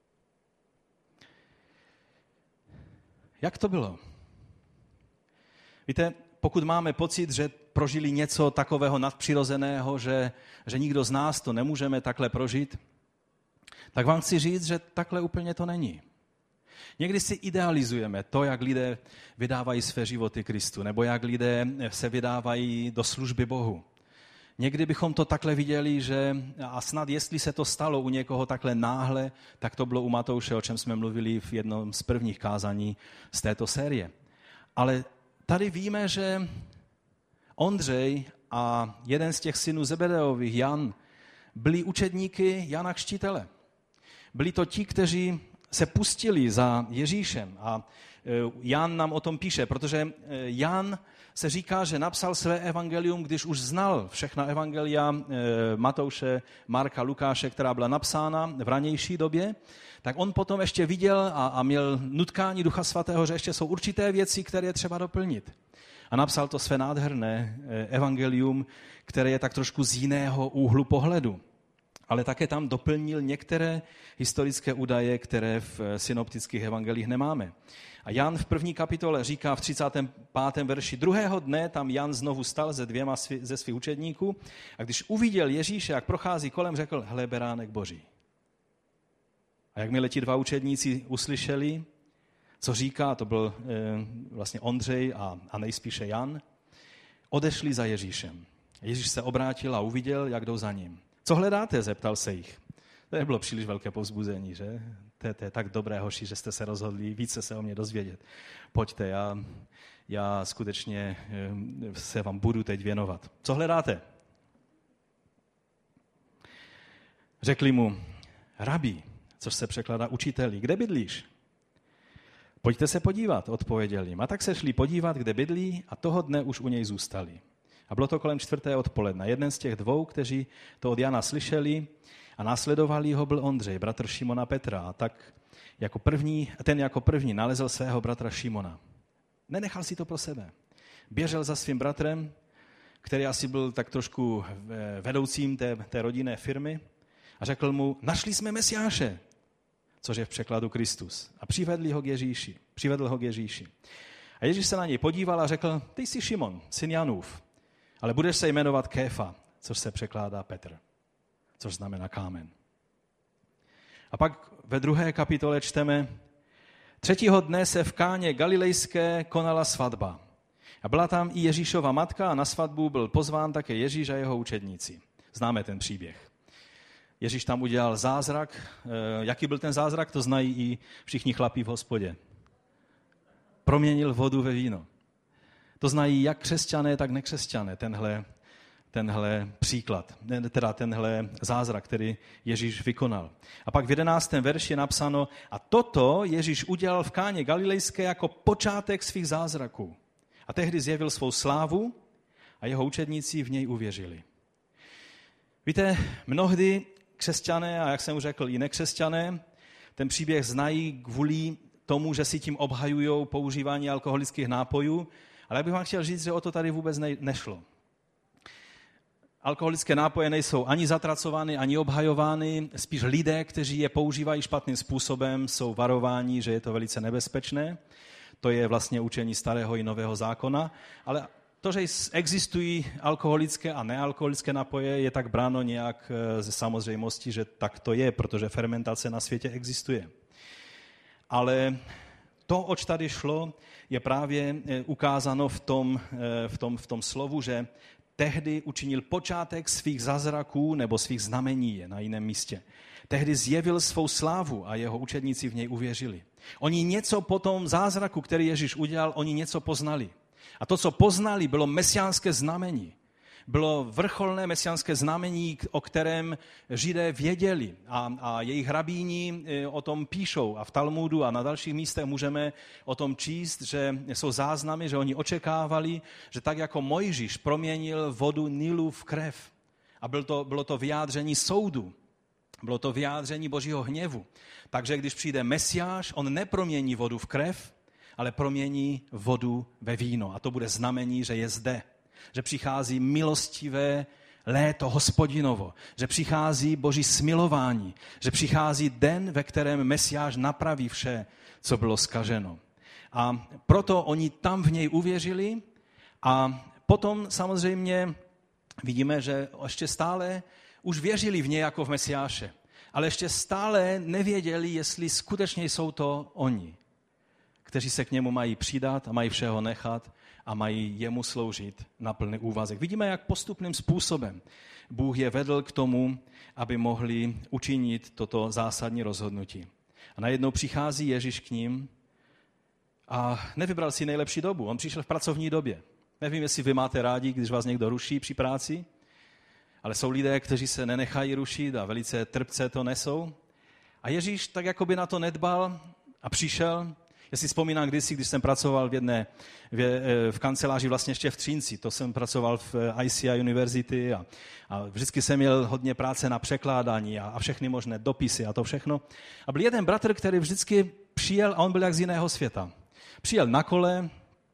Jak to bylo? Víte, pokud máme pocit, že prožili něco takového nadpřirozeného, že nikdo z nás to nemůžeme takhle prožít, tak vám chci říct, že takhle úplně to není. Někdy si idealizujeme to, jak lidé vydávají své životy Kristu, nebo jak lidé se vydávají do služby Bohu. Někdy bychom to takhle viděli, a snad jestli se to stalo u někoho takhle náhle, tak to bylo u Matouše, o čem jsme mluvili v jednom z prvních kázání z této série. Ale tady víme, že Ondřej a jeden z těch synů Zebedeových, Jan, byli učedníky Jana Křtitele. Byli to ti, kteří se pustili za Ježíšem a Jan nám o tom píše, protože Jan se říká, že napsal své evangelium, když už znal všechna evangelia Matouše, Marka, Lukáše, která byla napsána v ranější době, tak on potom ještě viděl a měl nutkání Ducha Svatého, že ještě jsou určité věci, které je třeba doplnit. A napsal to své nádherné evangelium, které je tak trošku z jiného úhlu pohledu. Ale také tam doplnil některé historické údaje, které v synoptických evangelích nemáme. A Jan v 1. kapitole říká v 35. verši, druhého dne tam Jan znovu stal ze svých učedníků a když uviděl Ježíše, jak prochází kolem, řekl, hle, beránek Boží. A jakmile ti dva učedníci uslyšeli, co říká, to byl vlastně Ondřej a nejspíše Jan, odešli za Ježíšem. Ježíš se obrátil a uviděl, jak jdou za ním. Co hledáte? Zeptal se jich. To nebylo příliš velké povzbuzení, že? To je tak dobré, hoši, že jste se rozhodli více se o mě dozvědět. Pojďte, já skutečně se vám budu teď věnovat. Co hledáte? Řekli mu, rabi, což se překládá učiteli, kde bydlíš? Pojďte se podívat, odpověděl jim. A tak se šli podívat, kde bydlí a toho dne už u něj zůstali. A bylo to kolem 4. odpoledne. Jeden z těch dvou, kteří to od Jana slyšeli a následovali ho, byl Ondřej, bratr Šimona Petra. A tak ten jako první nalezl svého bratra Šimona. Nenechal si to pro sebe. Běžel za svým bratrem, který asi byl tak trošku vedoucím té rodinné firmy a řekl mu, našli jsme Mesiáše, což je v překladu Kristus. A přivedl ho k Ježíši. A Ježíš se na něj podíval a řekl, ty jsi Šimon, syn Janův, ale budeš se jmenovat Kéfa, což se překládá Petr, což znamená kámen. A pak ve 2. kapitole čteme, 3. dne se v Káně Galilejské konala svatba. A byla tam i Ježíšova matka a na svatbu byl pozván také Ježíš a jeho učedníci. Známe ten příběh. Ježíš tam udělal zázrak. Jaký byl ten zázrak, to znají i všichni chlapí v hospodě. Proměnil vodu ve víno. To znají jak křesťané, tak nekřesťané, tenhle příklad, teda tenhle zázrak, který Ježíš vykonal. A pak v 11. verši je napsáno, a toto Ježíš udělal v Káně Galilejské jako počátek svých zázraků. A tehdy zjevil svou slávu a jeho učedníci v něj uvěřili. Víte, mnohdy křesťané, a jak jsem už řekl, i nekřesťané, ten příběh znají kvůli tomu, že si tím obhajují používání alkoholických nápojů, ale já bych vám chtěl říct, že o to tady vůbec nešlo. Alkoholické nápoje nejsou ani zatracovány, ani obhajovány, spíš lidé, kteří je používají špatným způsobem, jsou varováni, že je to velice nebezpečné. To je vlastně učení starého i nového zákona, ale to, že existují alkoholické a nealkoholické napoje, je tak bráno nějak ze samozřejmosti, že tak to je, protože fermentace na světě existuje. Ale to, oč tady šlo, je právě ukázáno v tom slovu, že tehdy učinil počátek svých zázraků nebo svých znamení je na jiném místě. Tehdy zjevil svou slávu a jeho učedníci v něj uvěřili. Oni něco po tom zázraku, který Ježíš udělal, oni něco poznali. A to, co poznali, bylo mesiánské znamení. Bylo vrcholné mesiánské znamení, o kterém Židé věděli a jejich rabíni o tom píšou a v Talmudu a na dalších místech můžeme o tom číst, že jsou záznamy, že oni očekávali, že tak jako Mojžíš proměnil vodu Nilu v krev a bylo to vyjádření soudu, bylo to vyjádření Božího hněvu. Takže když přijde Mesiáš, on nepromění vodu v krev, ale promění vodu ve víno a to bude znamení, že je zde. Že přichází milostivé léto Hospodinovo, že přichází Boží smilování, že přichází den, ve kterém Mesiáš napraví vše, co bylo zkaženo. A proto oni tam v něj uvěřili a potom samozřejmě vidíme, že ještě stále už věřili v něj jako v Mesiáše, ale ještě stále nevěděli, jestli skutečně jsou to oni, kteří se k němu mají přidat a mají všeho nechat a mají jemu sloužit na plný úvazek. Vidíme, jak postupným způsobem Bůh je vedl k tomu, aby mohli učinit toto zásadní rozhodnutí. A najednou přichází Ježíš k ním a nevybral si nejlepší dobu. On přišel v pracovní době. Nevím, jestli vy máte rádi, když vás někdo ruší při práci, ale jsou lidé, kteří se nenechají rušit a velice trpce to nesou. A Ježíš tak jako by na to nedbal a přišel. Já si vzpomínám kdysi, když jsem pracoval v kanceláři vlastně ještě v Třinci. To jsem pracoval v ICI University a vždycky jsem měl hodně práce na překládání a všechny možné dopisy a to všechno. A byl jeden bratr, který vždycky přijel a on byl jak z jiného světa. Přijel na kole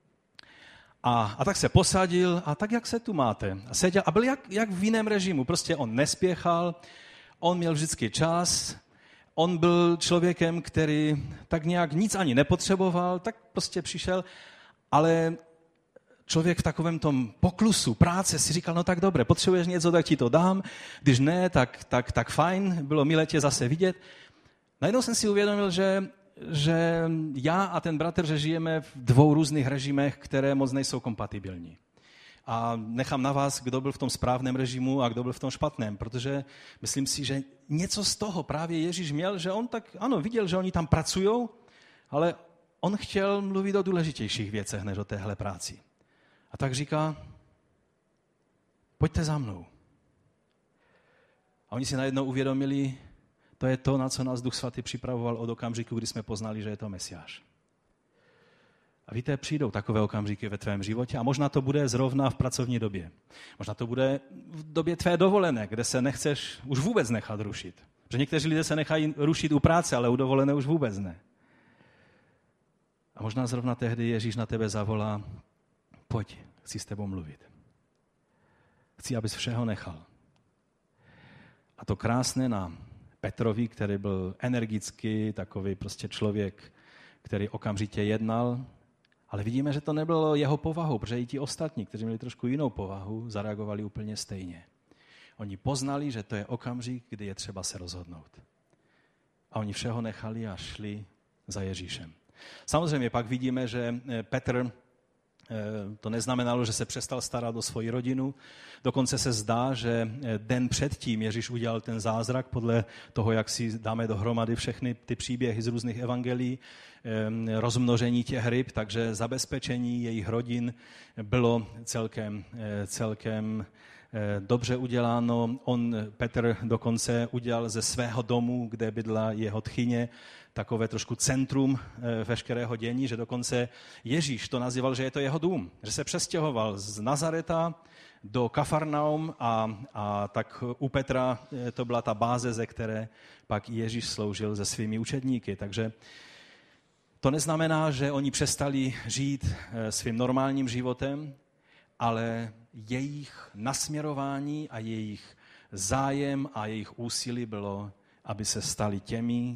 a tak se posadil a tak, jak se tu máte. A seděl a byl jak v jiném režimu. Prostě on nespěchal, on měl vždycky čas. On byl člověkem, který tak nějak nic ani nepotřeboval, tak prostě přišel, ale člověk v takovém tom poklusu práce si říkal, no tak dobré, potřebuješ něco, tak ti to dám, když ne, tak fajn, bylo milé tě zase vidět. Najednou jsem si uvědomil, že já a ten bratr, že žijeme v dvou různých režimech, které moc nejsou kompatibilní. A nechám na vás, kdo byl v tom správném režimu a kdo byl v tom špatném, protože myslím si, že něco z toho právě Ježíš měl, že on tak, ano, viděl, že oni tam pracují, ale on chtěl mluvit o důležitějších věcech než o téhle práci. A tak říká, pojďte za mnou. A oni si najednou uvědomili, to je to, na co nás Duch Svatý připravoval od okamžiku, kdy jsme poznali, že je to Mesiáš. A víte, přijdou takové okamžiky ve tvém životě a možná to bude zrovna v pracovní době. Možná to bude v době tvé dovolené, kde se nechceš už vůbec nechat rušit. Protože někteří lidé se nechají rušit u práce, ale u dovolené už vůbec ne. A možná zrovna tehdy Ježíš na tebe zavolá, pojď, chci s tebou mluvit. Chci, abys všeho nechal. A to krásné na Petrovi, který byl energický, takový prostě člověk, který okamžitě jednal, ale vidíme, že to nebylo jeho povahou, protože i ti ostatní, kteří měli trošku jinou povahu, zareagovali úplně stejně. Oni poznali, že to je okamžik, kdy je třeba se rozhodnout. A oni všeho nechali a šli za Ježíšem. Samozřejmě pak vidíme, že Petr, to neznamenalo, že se přestal starat o svoji rodinu. Dokonce se zdá, že den předtím Ježíš udělal ten zázrak podle toho, jak si dáme dohromady všechny ty příběhy z různých evangelií, rozmnožení těch ryb, takže zabezpečení jejich rodin bylo celkem dobře uděláno. Petr dokonce udělal ze svého domu, kde bydla jeho tchyně, takové trošku centrum veškerého dění, že dokonce Ježíš to nazýval, že je to jeho dům, že se přestěhoval z Nazareta do Kafarnaum a tak u Petra to byla ta báze, ze které pak Ježíš sloužil se svými učedníky. Takže to neznamená, že oni přestali žít svým normálním životem, ale jejich nasměrování a jejich zájem a jejich úsilí bylo, aby se stali těmi,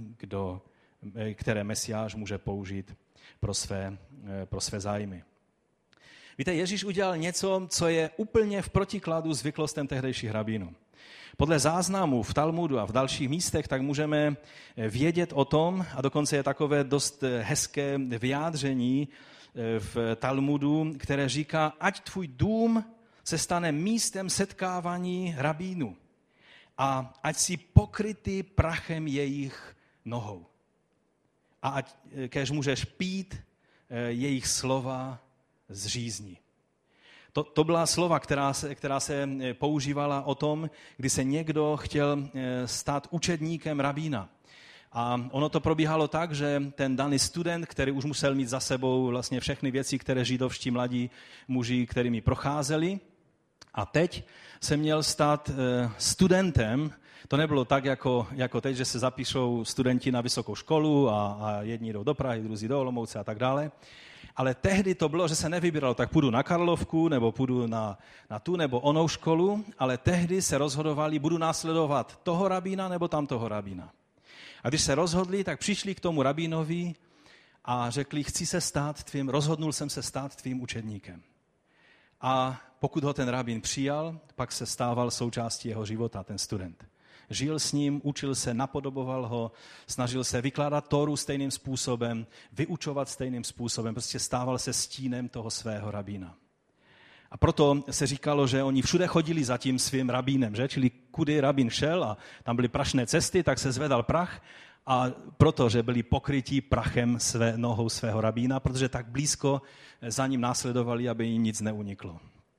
které Mesiáš může použít pro své zájmy. Víte, Ježíš udělal něco, co je úplně v protikladu zvyklostem tehdejších rabínů. Podle záznamů v Talmudu a v dalších místech tak můžeme vědět o tom, a dokonce je takové dost hezké vyjádření v Talmudu, které říká, ať tvůj dům se stane místem setkávání rabínů a ať si pokrytý prachem jejich nohou. A ať kéž můžeš pít jejich slova z řízní. To byla slova, která se používala o tom, kdy se někdo chtěl stát učedníkem rabína. A ono to probíhalo tak, že ten daný student, který už musel mít za sebou vlastně všechny věci, které židovští mladí muži, kterými procházeli, a teď se měl stát studentem. To nebylo tak, jako teď, že se zapíšou studenti na vysokou školu a jedni jdou do Prahy, druzí do Olomouce a tak dále. Ale tehdy to bylo, že se nevybíralo, tak půjdu na Karlovku, nebo půjdu na tu nebo onou školu, ale tehdy se rozhodovali, budu následovat toho rabína nebo tamtoho rabína. A když se rozhodli, tak přišli k tomu rabínovi a řekli, rozhodnul jsem se stát tvým učedníkem. A pokud ho ten rabín přijal, pak se stával součástí jeho života, ten student. Žil s ním, učil se, napodoboval ho, snažil se vykládat Tóru stejným způsobem, vyučovat stejným způsobem, prostě stával se stínem toho svého rabína. A proto se říkalo, že oni všude chodili za tím svým rabínem, že? Čili kudy rabín šel a tam byly prašné cesty, tak se zvedal prach a protože byli pokryti prachem nohou svého rabína, protože tak blízko za ním následovali, aby jim nic neuniklo.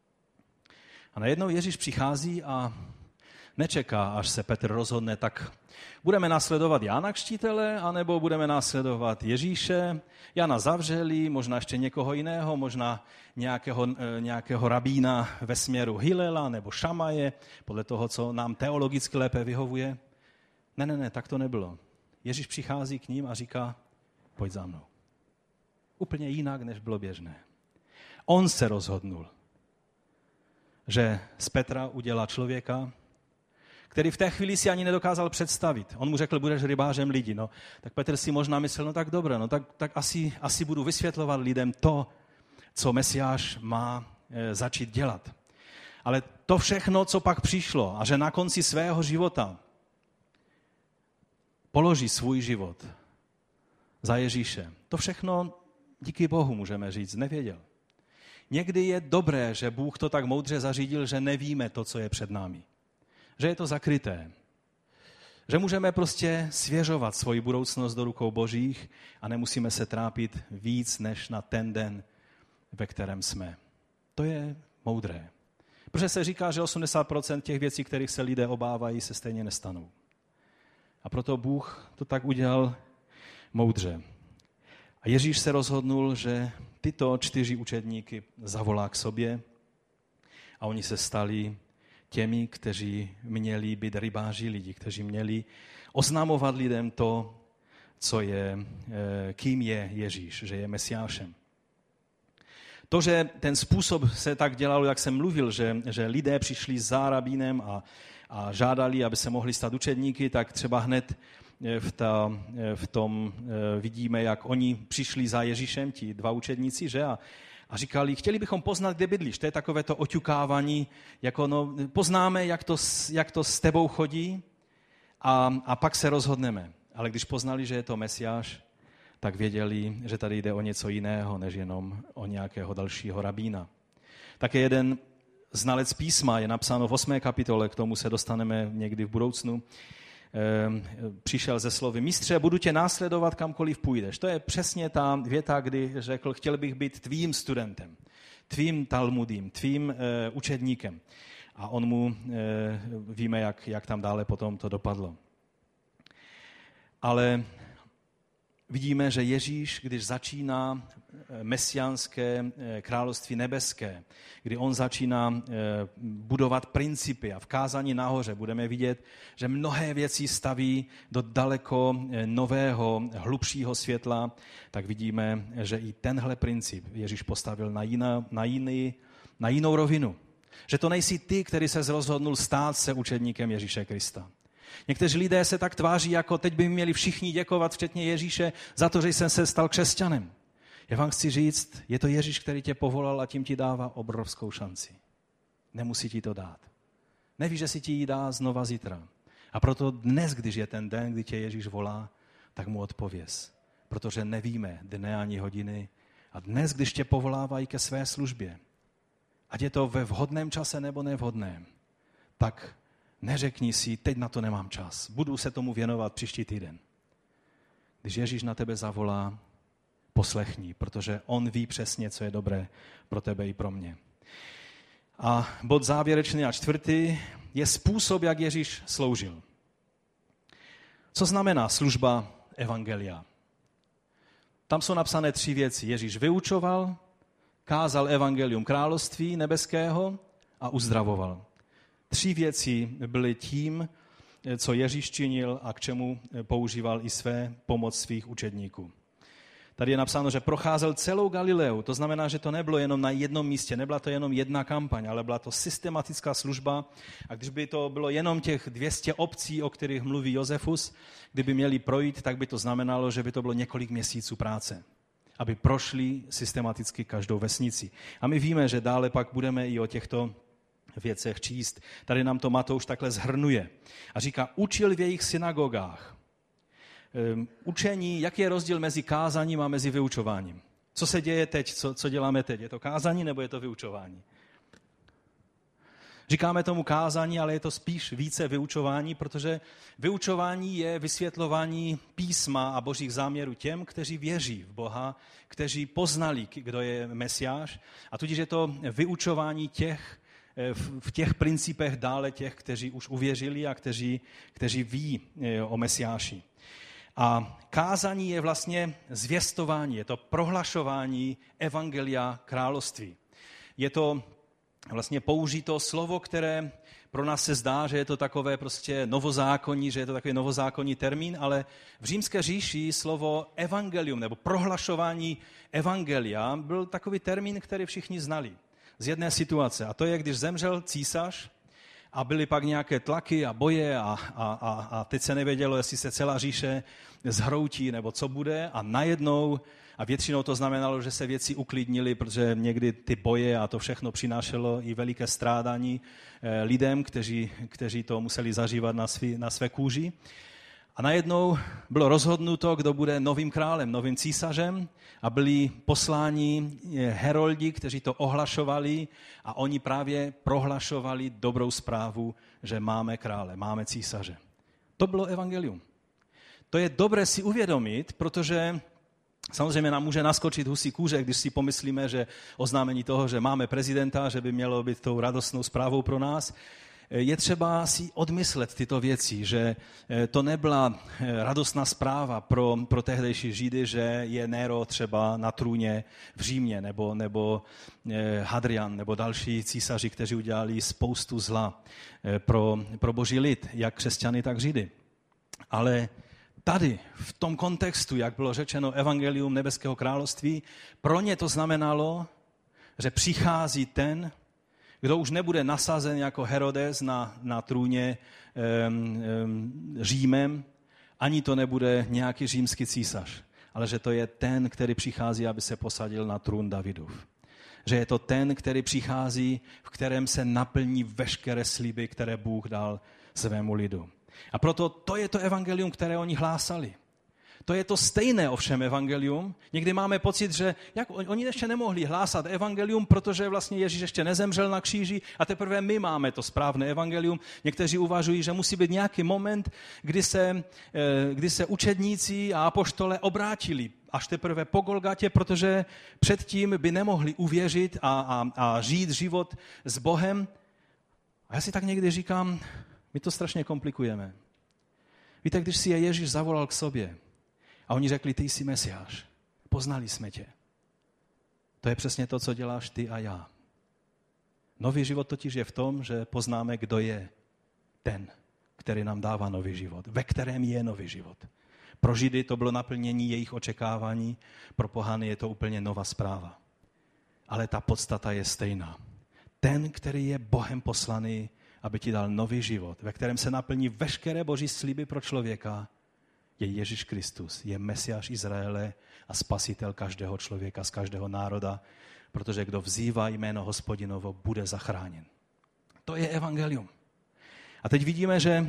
A najednou Ježíš přichází a nečeká, až se Petr rozhodne, tak budeme následovat Jana Křtitele, anebo budeme následovat Ježíše. Jana zavřeli, možná ještě někoho jiného, možná nějakého rabína ve směru Hilela nebo Šamaje, podle toho, co nám teologicky lépe vyhovuje. Ne, tak to nebylo. Ježíš přichází k ním a říká, pojď za mnou. Úplně jinak, než bylo běžné. On se rozhodnul, že z Petra udělá člověka, který v té chvíli si ani nedokázal představit. On mu řekl, budeš rybářem lidí. No, tak Petr si možná myslel, no tak dobré, no tak asi budu vysvětlovat lidem to, co Mesiáš má začít dělat. Ale to všechno, co pak přišlo, a že na konci svého života položí svůj život za Ježíše, to všechno díky Bohu, můžeme říct, nevěděl. Někdy je dobré, že Bůh to tak moudře zařídil, že nevíme to, co je před námi. Že je to zakryté. Že můžeme prostě svěřovat svoji budoucnost do rukou Božích a nemusíme se trápit víc než na ten den, ve kterém jsme. To je moudré. Protože se říká, že 80% těch věcí, kterých se lidé obávají, se stejně nestanou. A proto Bůh to tak udělal moudře. A Ježíš se rozhodnul, že tyto 4 učedníky zavolá k sobě a oni se stali těmi, kteří měli být rybáři lidí, kteří měli oznamovat lidem to, kým je Ježíš, že je Mesiášem. To, že ten způsob se tak dělalo, jak jsem mluvil, že lidé přišli za rabínem a žádali, aby se mohli stát učedníky, tak třeba hned v tom vidíme, jak oni přišli za Ježíšem, ti 2 učedníci, že? A říkali, chtěli bychom poznat, kde bydlíš. To je takové to oťukávání, jako poznáme, jak to s tebou chodí a pak se rozhodneme. Ale když poznali, že je to Mesiáš, tak věděli, že tady jde o něco jiného, než jenom o nějakého dalšího rabína. Také jeden znalec písma, je napsáno v 8. kapitole, k tomu se dostaneme někdy v budoucnu, přišel ze slovy, mistře, budu tě následovat kamkoliv půjdeš. To je přesně ta věta, kdy řekl, chtěl bych být tvým studentem, tvým talmudím, tvým učedníkem. A on mu, víme, jak tam dále potom to dopadlo. Ale vidíme, že Ježíš, když začíná mesiánské království nebeské, kdy on začíná budovat principy a v kázání nahoře budeme vidět, že mnohé věci staví do daleko nového, hlubšího světla, tak vidíme, že i tenhle princip Ježíš postavil na jinou rovinu. Že to nejsi ty, který se rozhodnul stát se učedníkem Ježíše Krista. Někteří lidé se tak tváří, jako teď by měli všichni děkovat, včetně Ježíše, za to, že jsem se stal křesťanem. Já vám chci říct, je to Ježíš, který tě povolal a tím ti dává obrovskou šanci. Nemusí ti to dát. Nevíš, že si ti ji dá znova zítra. A proto dnes, když je ten den, kdy tě Ježíš volá, tak mu odpověz. Protože nevíme dne ani hodiny. A dnes, když tě povolávají ke své službě, ať je to ve vhodném čase nebo nevhodném, tak neřekni si, teď na to nemám čas. Budu se tomu věnovat příští týden. Když Ježíš na tebe zavolá, poslechni, protože on ví přesně, co je dobré pro tebe i pro mě. A bod závěrečný a čtvrtý je způsob, jak Ježíš sloužil. Co znamená služba evangelia? Tam jsou napsané 3 věci. Ježíš vyučoval, kázal evangelium království nebeského a uzdravoval. 3 věci byly tím, co Ježíš činil a k čemu používal i své pomoc svých učedníků. Tady je napsáno, že procházel celou Galileu, to znamená, že to nebylo jenom na jednom místě, nebyla to jenom jedna kampaň, ale byla to systematická služba. A když by to bylo jenom těch 200 obcí, o kterých mluví Josefus, kdyby měli projít, tak by to znamenalo, že by to bylo několik měsíců práce, aby prošli systematicky každou vesnici. A my víme, že dále pak budeme i o těchto věcech číst. Tady nám to Matouš takhle shrnuje a říká, učil v jejich synagogách. Učení, jaký je rozdíl mezi kázáním a mezi vyučováním? Co se děje teď, co děláme teď? Je to kázání nebo je to vyučování? Říkáme tomu kázání, ale je to spíš více vyučování, protože vyučování je vysvětlování písma a božích záměrů těm, kteří věří v Boha, kteří poznali, kdo je Mesiáš, a tudíž je to vyučování v těch principech dále těch, kteří už uvěřili a kteří ví o Mesiáši. A kázání je vlastně zvěstování, je to prohlašování evangelia království. Je to vlastně použito slovo, které pro nás se zdá, že je to takové prostě novozákonní, že je to takový novozákonní termín, ale v římské říši slovo evangelium nebo prohlašování evangelia byl takový termín, který všichni znali z jedné situace. A to je, když zemřel císař a byly pak nějaké tlaky a boje a teď se nevědělo, jestli se celá říše zhroutí nebo co bude a najednou, a většinou to znamenalo, že se věci uklidnily, protože někdy ty boje a to všechno přinášelo i veliké strádání lidem, kteří to museli zažívat na své kůži. A najednou bylo rozhodnuto, kdo bude novým králem, novým císařem a byli posláni heroldi, kteří to ohlašovali a oni právě prohlašovali dobrou zprávu, že máme krále, máme císaře. To bylo evangelium. To je dobré si uvědomit, protože samozřejmě nám může naskočit husí kůže, když si pomyslíme, že oznámení toho, že máme prezidenta, že by mělo být tou radostnou zprávou pro nás. Je třeba si odmyslet tyto věci, že to nebyla radostná zpráva pro tehdejší Židy, že je Nero třeba na trůně v Římě, nebo Hadrian, nebo další císaři, kteří udělali spoustu zla pro boží lid, jak křesťany, tak Židy. Ale tady, v tom kontextu, jak bylo řečeno evangelium nebeského království, pro ně to znamenalo, že přichází ten, kdo už nebude nasazen jako Herodes na trůně Římem, ani to nebude nějaký římský císař, ale že to je ten, který přichází, aby se posadil na trůn Davidův. Že je to ten, který přichází, v kterém se naplní veškeré sliby, které Bůh dal svému lidu. A proto to je to evangelium, které oni hlásali. To je to stejné ovšem evangelium. Někdy máme pocit, že oni ještě nemohli hlásat evangelium, protože vlastně Ježíš ještě nezemřel na kříži a teprve my máme to správné evangelium. Někteří uvažují, že musí být nějaký moment, kdy se učedníci a apoštole obrátili až teprve po Golgatě, protože předtím by nemohli uvěřit a žít život s Bohem. A já si tak někdy říkám, my to strašně komplikujeme. Víte, když si je Ježíš zavolal k sobě a oni řekli, ty jsi Mesiáš, poznali jsme tě. To je přesně to, co děláš ty a já. Nový život totiž je v tom, že poznáme, kdo je ten, který nám dává nový život, ve kterém je nový život. Pro Židy to bylo naplnění jejich očekávání, pro pohany je to úplně nová zpráva. Ale ta podstata je stejná. Ten, který je Bohem poslaný, aby ti dal nový život, ve kterém se naplní veškeré boží sliby pro člověka, je Ježíš Kristus, je Mesiáš Izraele a spasitel každého člověka z každého národa, protože kdo vzývá jméno Hospodinovo, bude zachráněn. To je evangelium. A teď vidíme, že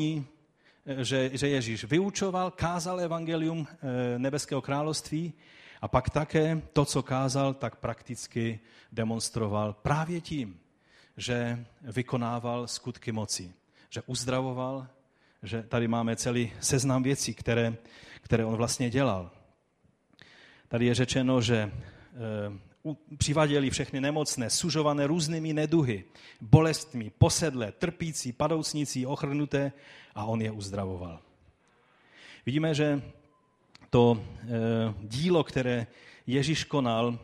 Ježíš vyučoval, kázal evangelium nebeského království a pak také to, co kázal, tak prakticky demonstroval právě tím, že vykonával skutky moci, že uzdravoval, že tady máme celý seznam věcí, které on vlastně dělal. Tady je řečeno, že přiváděli všechny nemocné, sužované různými neduhy, bolestmi, posedlé, trpící, padoucnící, ochrnuté a on je uzdravoval. Vidíme, že to dílo, které Ježíš konal,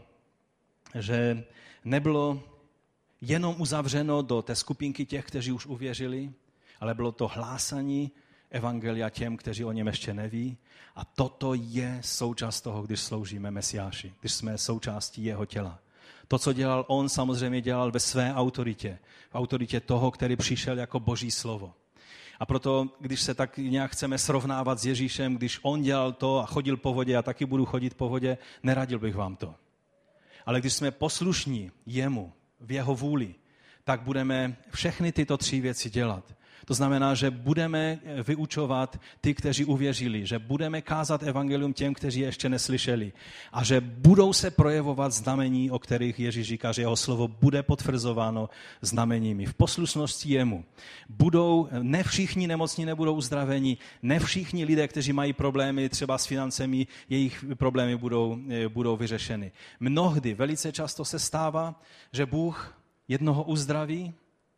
že nebylo jenom uzavřeno do té skupinky těch, kteří už uvěřili, ale bylo to hlásání evangelia těm, kteří o něm ještě neví. A toto je součást toho, když sloužíme Mesiáši, když jsme součástí jeho těla. To, co dělal on, samozřejmě dělal ve své autoritě. V autoritě toho, který přišel jako Boží slovo. A proto, když se tak nějak chceme srovnávat s Ježíšem, když on dělal to a chodil po vodě, já taky budu chodit po vodě, neradil bych vám to. Ale když jsme poslušní jemu, v jeho vůli, tak budeme všechny tyto 3 věci dělat. To znamená, že budeme vyučovat ty, kteří uvěřili, že budeme kázat evangelium těm, kteří ještě neslyšeli a že budou se projevovat znamení, o kterých Ježíš říká, že jeho slovo bude potvrzováno znameními. V poslušnosti jemu. Ne všichni nemocní nebudou uzdraveni, ne všichni lidé, kteří mají problémy třeba s financemi, jejich problémy budou vyřešeny. Mnohdy, velice často se stává, že Bůh jednoho uzdraví,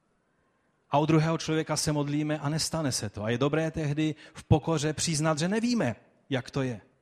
a u druhého člověka se modlíme a nestane se to. A je dobré tehdy v pokoře přiznat, že nevíme, jak to je.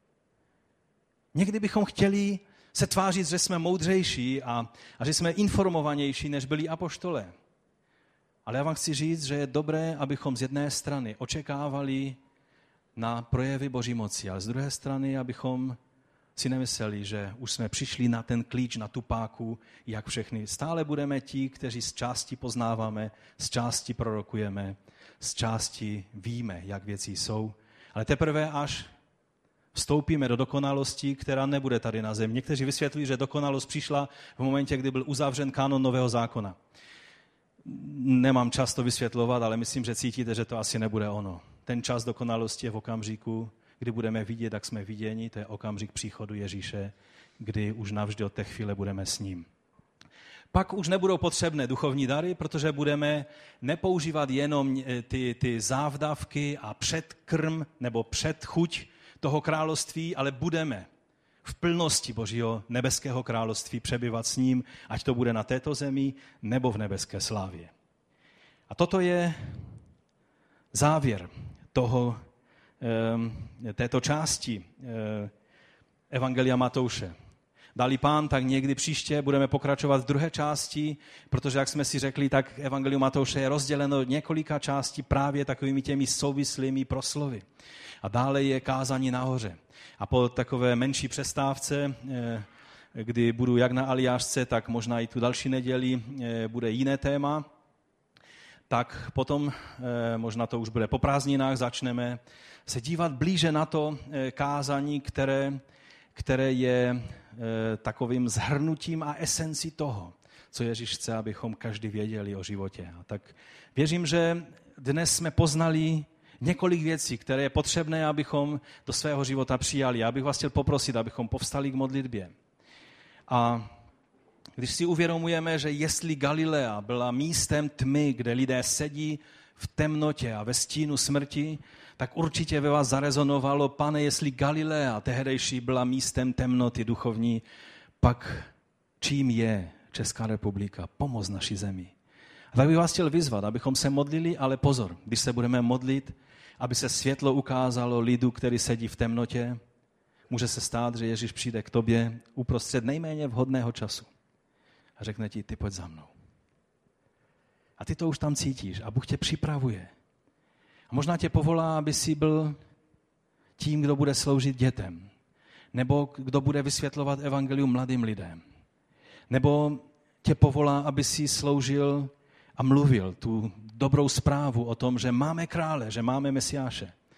Někdy bychom chtěli se tvářit, že jsme moudřejší a že jsme informovanější, než byli apoštolé. Ale já vám chci říct, že je dobré, abychom z jedné strany očekávali na projevy Boží moci, ale z druhé strany, abychom si nemysleli, že už jsme přišli na ten klíč, na tu páku, jak všechny. Stále budeme ti, kteří z části poznáváme, z části prorokujeme, z části víme, jak věci jsou, ale teprve až vstoupíme do dokonalosti, která nebude tady na zemi. Někteří vysvětlují, že dokonalost přišla v momentě, kdy byl uzavřen kánon Nového zákona. Nemám čas to vysvětlovat, ale myslím, že cítíte, že to asi nebude ono. Ten čas dokonalosti je v okamžiku, kdy budeme vidět, jak jsme viděni, to je okamžik příchodu Ježíše, kdy už navždy od té chvíle budeme s ním. Pak už nebudou potřebné duchovní dary, protože budeme nepoužívat jenom ty závdavky a předkrm nebo předchuť toho království, ale budeme v plnosti Božího nebeského království přebyvat s ním, ať to bude na této zemi nebo v nebeské slávě. A toto je závěr této části Evangelia Matouše. Dali Pán, tak někdy příště budeme pokračovat v druhé části, protože, jak jsme si řekli, tak Evangelium Matouše je rozděleno do několika částí právě takovými těmi souvislými proslovy. A dále je kázání nahoře. A po takové menší přestávce, kdy budu jak na Aliášce, tak možná i tu další neděli bude jiné téma, tak potom, možná to už bude po prázdninách, začneme se dívat blíže na to kázání, které je takovým shrnutím a esencí toho, co Ježíš chce, abychom každý věděli o životě. A tak věřím, že dnes jsme poznali několik věcí, které je potřebné, abychom do svého života přijali. Já bych vás chtěl poprosit, abychom povstali k modlitbě. A když si uvědomujeme, že jestli Galilea byla místem tmy, kde lidé sedí v temnotě a ve stínu smrti, tak určitě ve vás zarezonovalo, Pane, jestli Galilea tehdejší byla místem temnoty duchovní, pak čím je Česká republika? Pomoc naší zemi. A tak bych vás chtěl vyzvat, abychom se modlili, ale pozor, když se budeme modlit, aby se světlo ukázalo lidu, který sedí v temnotě, může se stát, že Ježíš přijde k tobě uprostřed nejméně vhodného času a řekne ti, ty pojď za mnou. A ty to už tam cítíš a Bůh tě připravuje. A možná tě povolá, aby jsi byl tím, kdo bude sloužit dětem, nebo kdo bude vysvětlovat evangelium mladým lidem, nebo tě povolá, aby jsi sloužil a mluvil tu dobrou zprávu o tom, že máme krále, že máme Mesiáše.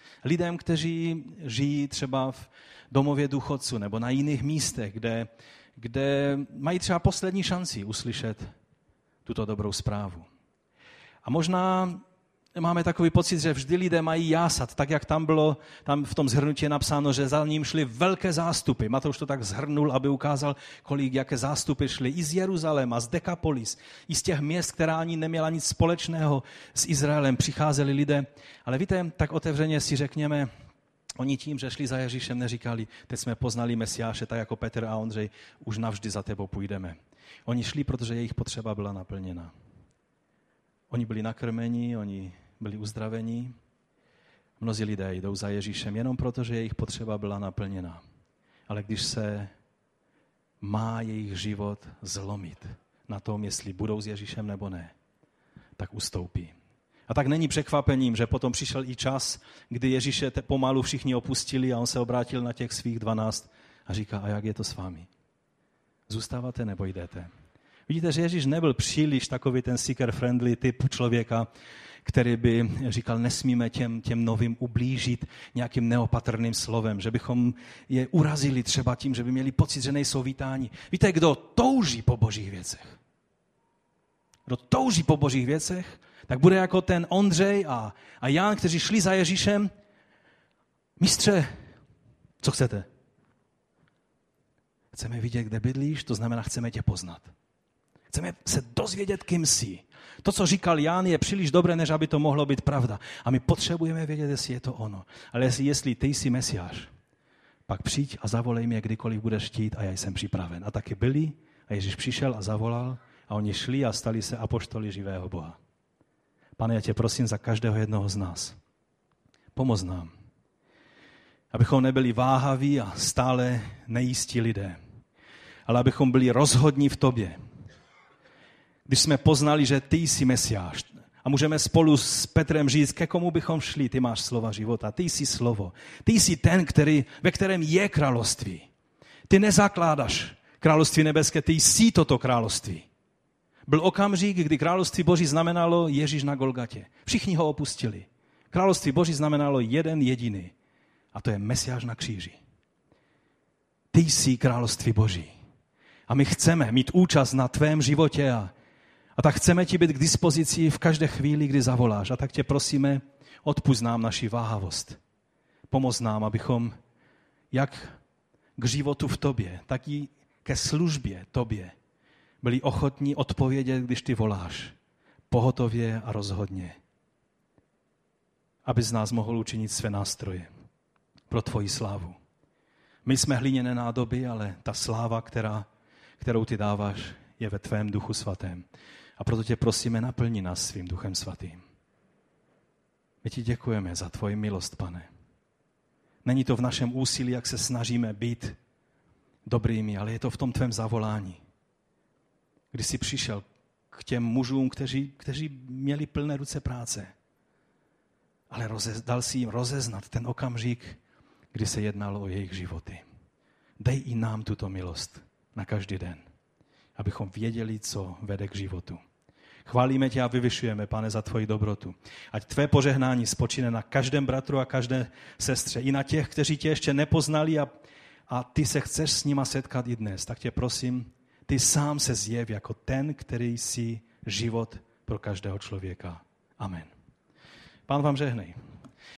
Lidem, kteří žijí třeba v domově důchodců nebo na jiných místech, kde mají třeba poslední šanci uslyšet tuto dobrou zprávu. A možná máme takový pocit, že vždy lidé mají jásat, tak jak tam v tom shrnutí je napsáno, že za ním šly velké zástupy. Matouš to tak shrnul, aby ukázal, jaké zástupy šly i z Jeruzaléma, z Dekapolis, i z těch měst, která ani neměla nic společného s Izraelem. Přicházeli lidé, ale víte, tak otevřeně si řekněme, oni tím, že šli za Ježíšem, neříkali, teď jsme poznali Mesiáše, tak jako Petr a Ondřej, už navždy za tebou půjdeme. Oni šli, protože jejich potřeba byla naplněna. Oni byli nakrmeni, oni byli uzdraveni. Mnozí lidé jdou za Ježíšem jenom proto, že jejich potřeba byla naplněna. Ale když se má jejich život zlomit na tom, jestli budou s Ježíšem nebo ne, tak ustoupí. A tak není překvapením, že potom přišel i čas, kdy Ježíše pomalu všichni opustili a on se obrátil na těch svých 12 a říká, a jak je to s vámi? Zůstáváte nebo jdete? Vidíte, že Ježíš nebyl příliš takový ten seeker-friendly typ člověka, který by říkal, nesmíme těm novým ublížit nějakým neopatrným slovem, že bychom je urazili třeba tím, že by měli pocit, že nejsou vítáni. Víte, kdo touží po božích věcech? Kdo touží po božích věcech, tak bude jako ten Ondřej a Jan, kteří šli za Ježíšem. Mistře, co chcete? Chceme vidět, kde bydlíš, to znamená, chceme tě poznat. Chceme se dozvědět, kým jsi. To, co říkal Jan, je příliš dobré, než aby to mohlo být pravda. A my potřebujeme vědět, jestli je to ono. Ale jestli ty jsi Mesiáš, pak přijď a zavolej mě, kdykoliv budeš chtít a já jsem připraven. A taky byli a Ježíš přišel a zavolal a oni šli a stali se apoštoly živého Boha. Pane, já tě prosím za každého jednoho z nás. Pomoz nám, abychom nebyli váhaví a stále nejistí lidé, ale abychom byli rozhodní v tobě. Když jsme poznali, že ty jsi Mesiáš a můžeme spolu s Petrem říct, ke komu bychom šli, ty máš slova života, ty jsi slovo, ty jsi ten, ve kterém je království. Ty nezakládáš království nebeské, ty jsi toto království. Byl okamžik, kdy království Boží znamenalo Ježíš na Golgatě. Všichni ho opustili. Království Boží znamenalo jeden jediný. A to je Mesiáš na kříži. Ty jsi království Boží. A my chceme mít účast na tvém životě a tak chceme ti být k dispozici v každé chvíli, kdy zavoláš. A tak tě prosíme, odpusť nám naši váhavost. Pomoz nám, abychom jak k životu v tobě, tak i ke službě tobě byli ochotní odpovědět, když ty voláš. Pohotově a rozhodně. Aby z nás mohl učinit své nástroje pro tvoji slávu. My jsme hliněné nádoby, ale ta sláva, kterou ty dáváš, je ve tvém duchu svatém. A proto tě prosíme, naplni nás svým duchem svatým. My ti děkujeme za tvoji milost, Pane. Není to v našem úsilí, jak se snažíme být dobrými, ale je to v tom tvém zavolání. Když jsi přišel k těm mužům, kteří měli plné ruce práce, ale dal si jim rozeznat ten okamžik, kdy se jednalo o jejich životy. Dej i nám tuto milost na každý den, abychom věděli, co vede k životu. Chválíme tě a vyvyšujeme, Pane, za tvoji dobrotu. Ať tvé požehnání spočine na každém bratru a každé sestře, i na těch, kteří tě ještě nepoznali a ty se chceš s nima setkat i dnes. Tak tě prosím, ty sám se zjev jako ten, který jsi život pro každého člověka. Amen. Pán vám žehnej.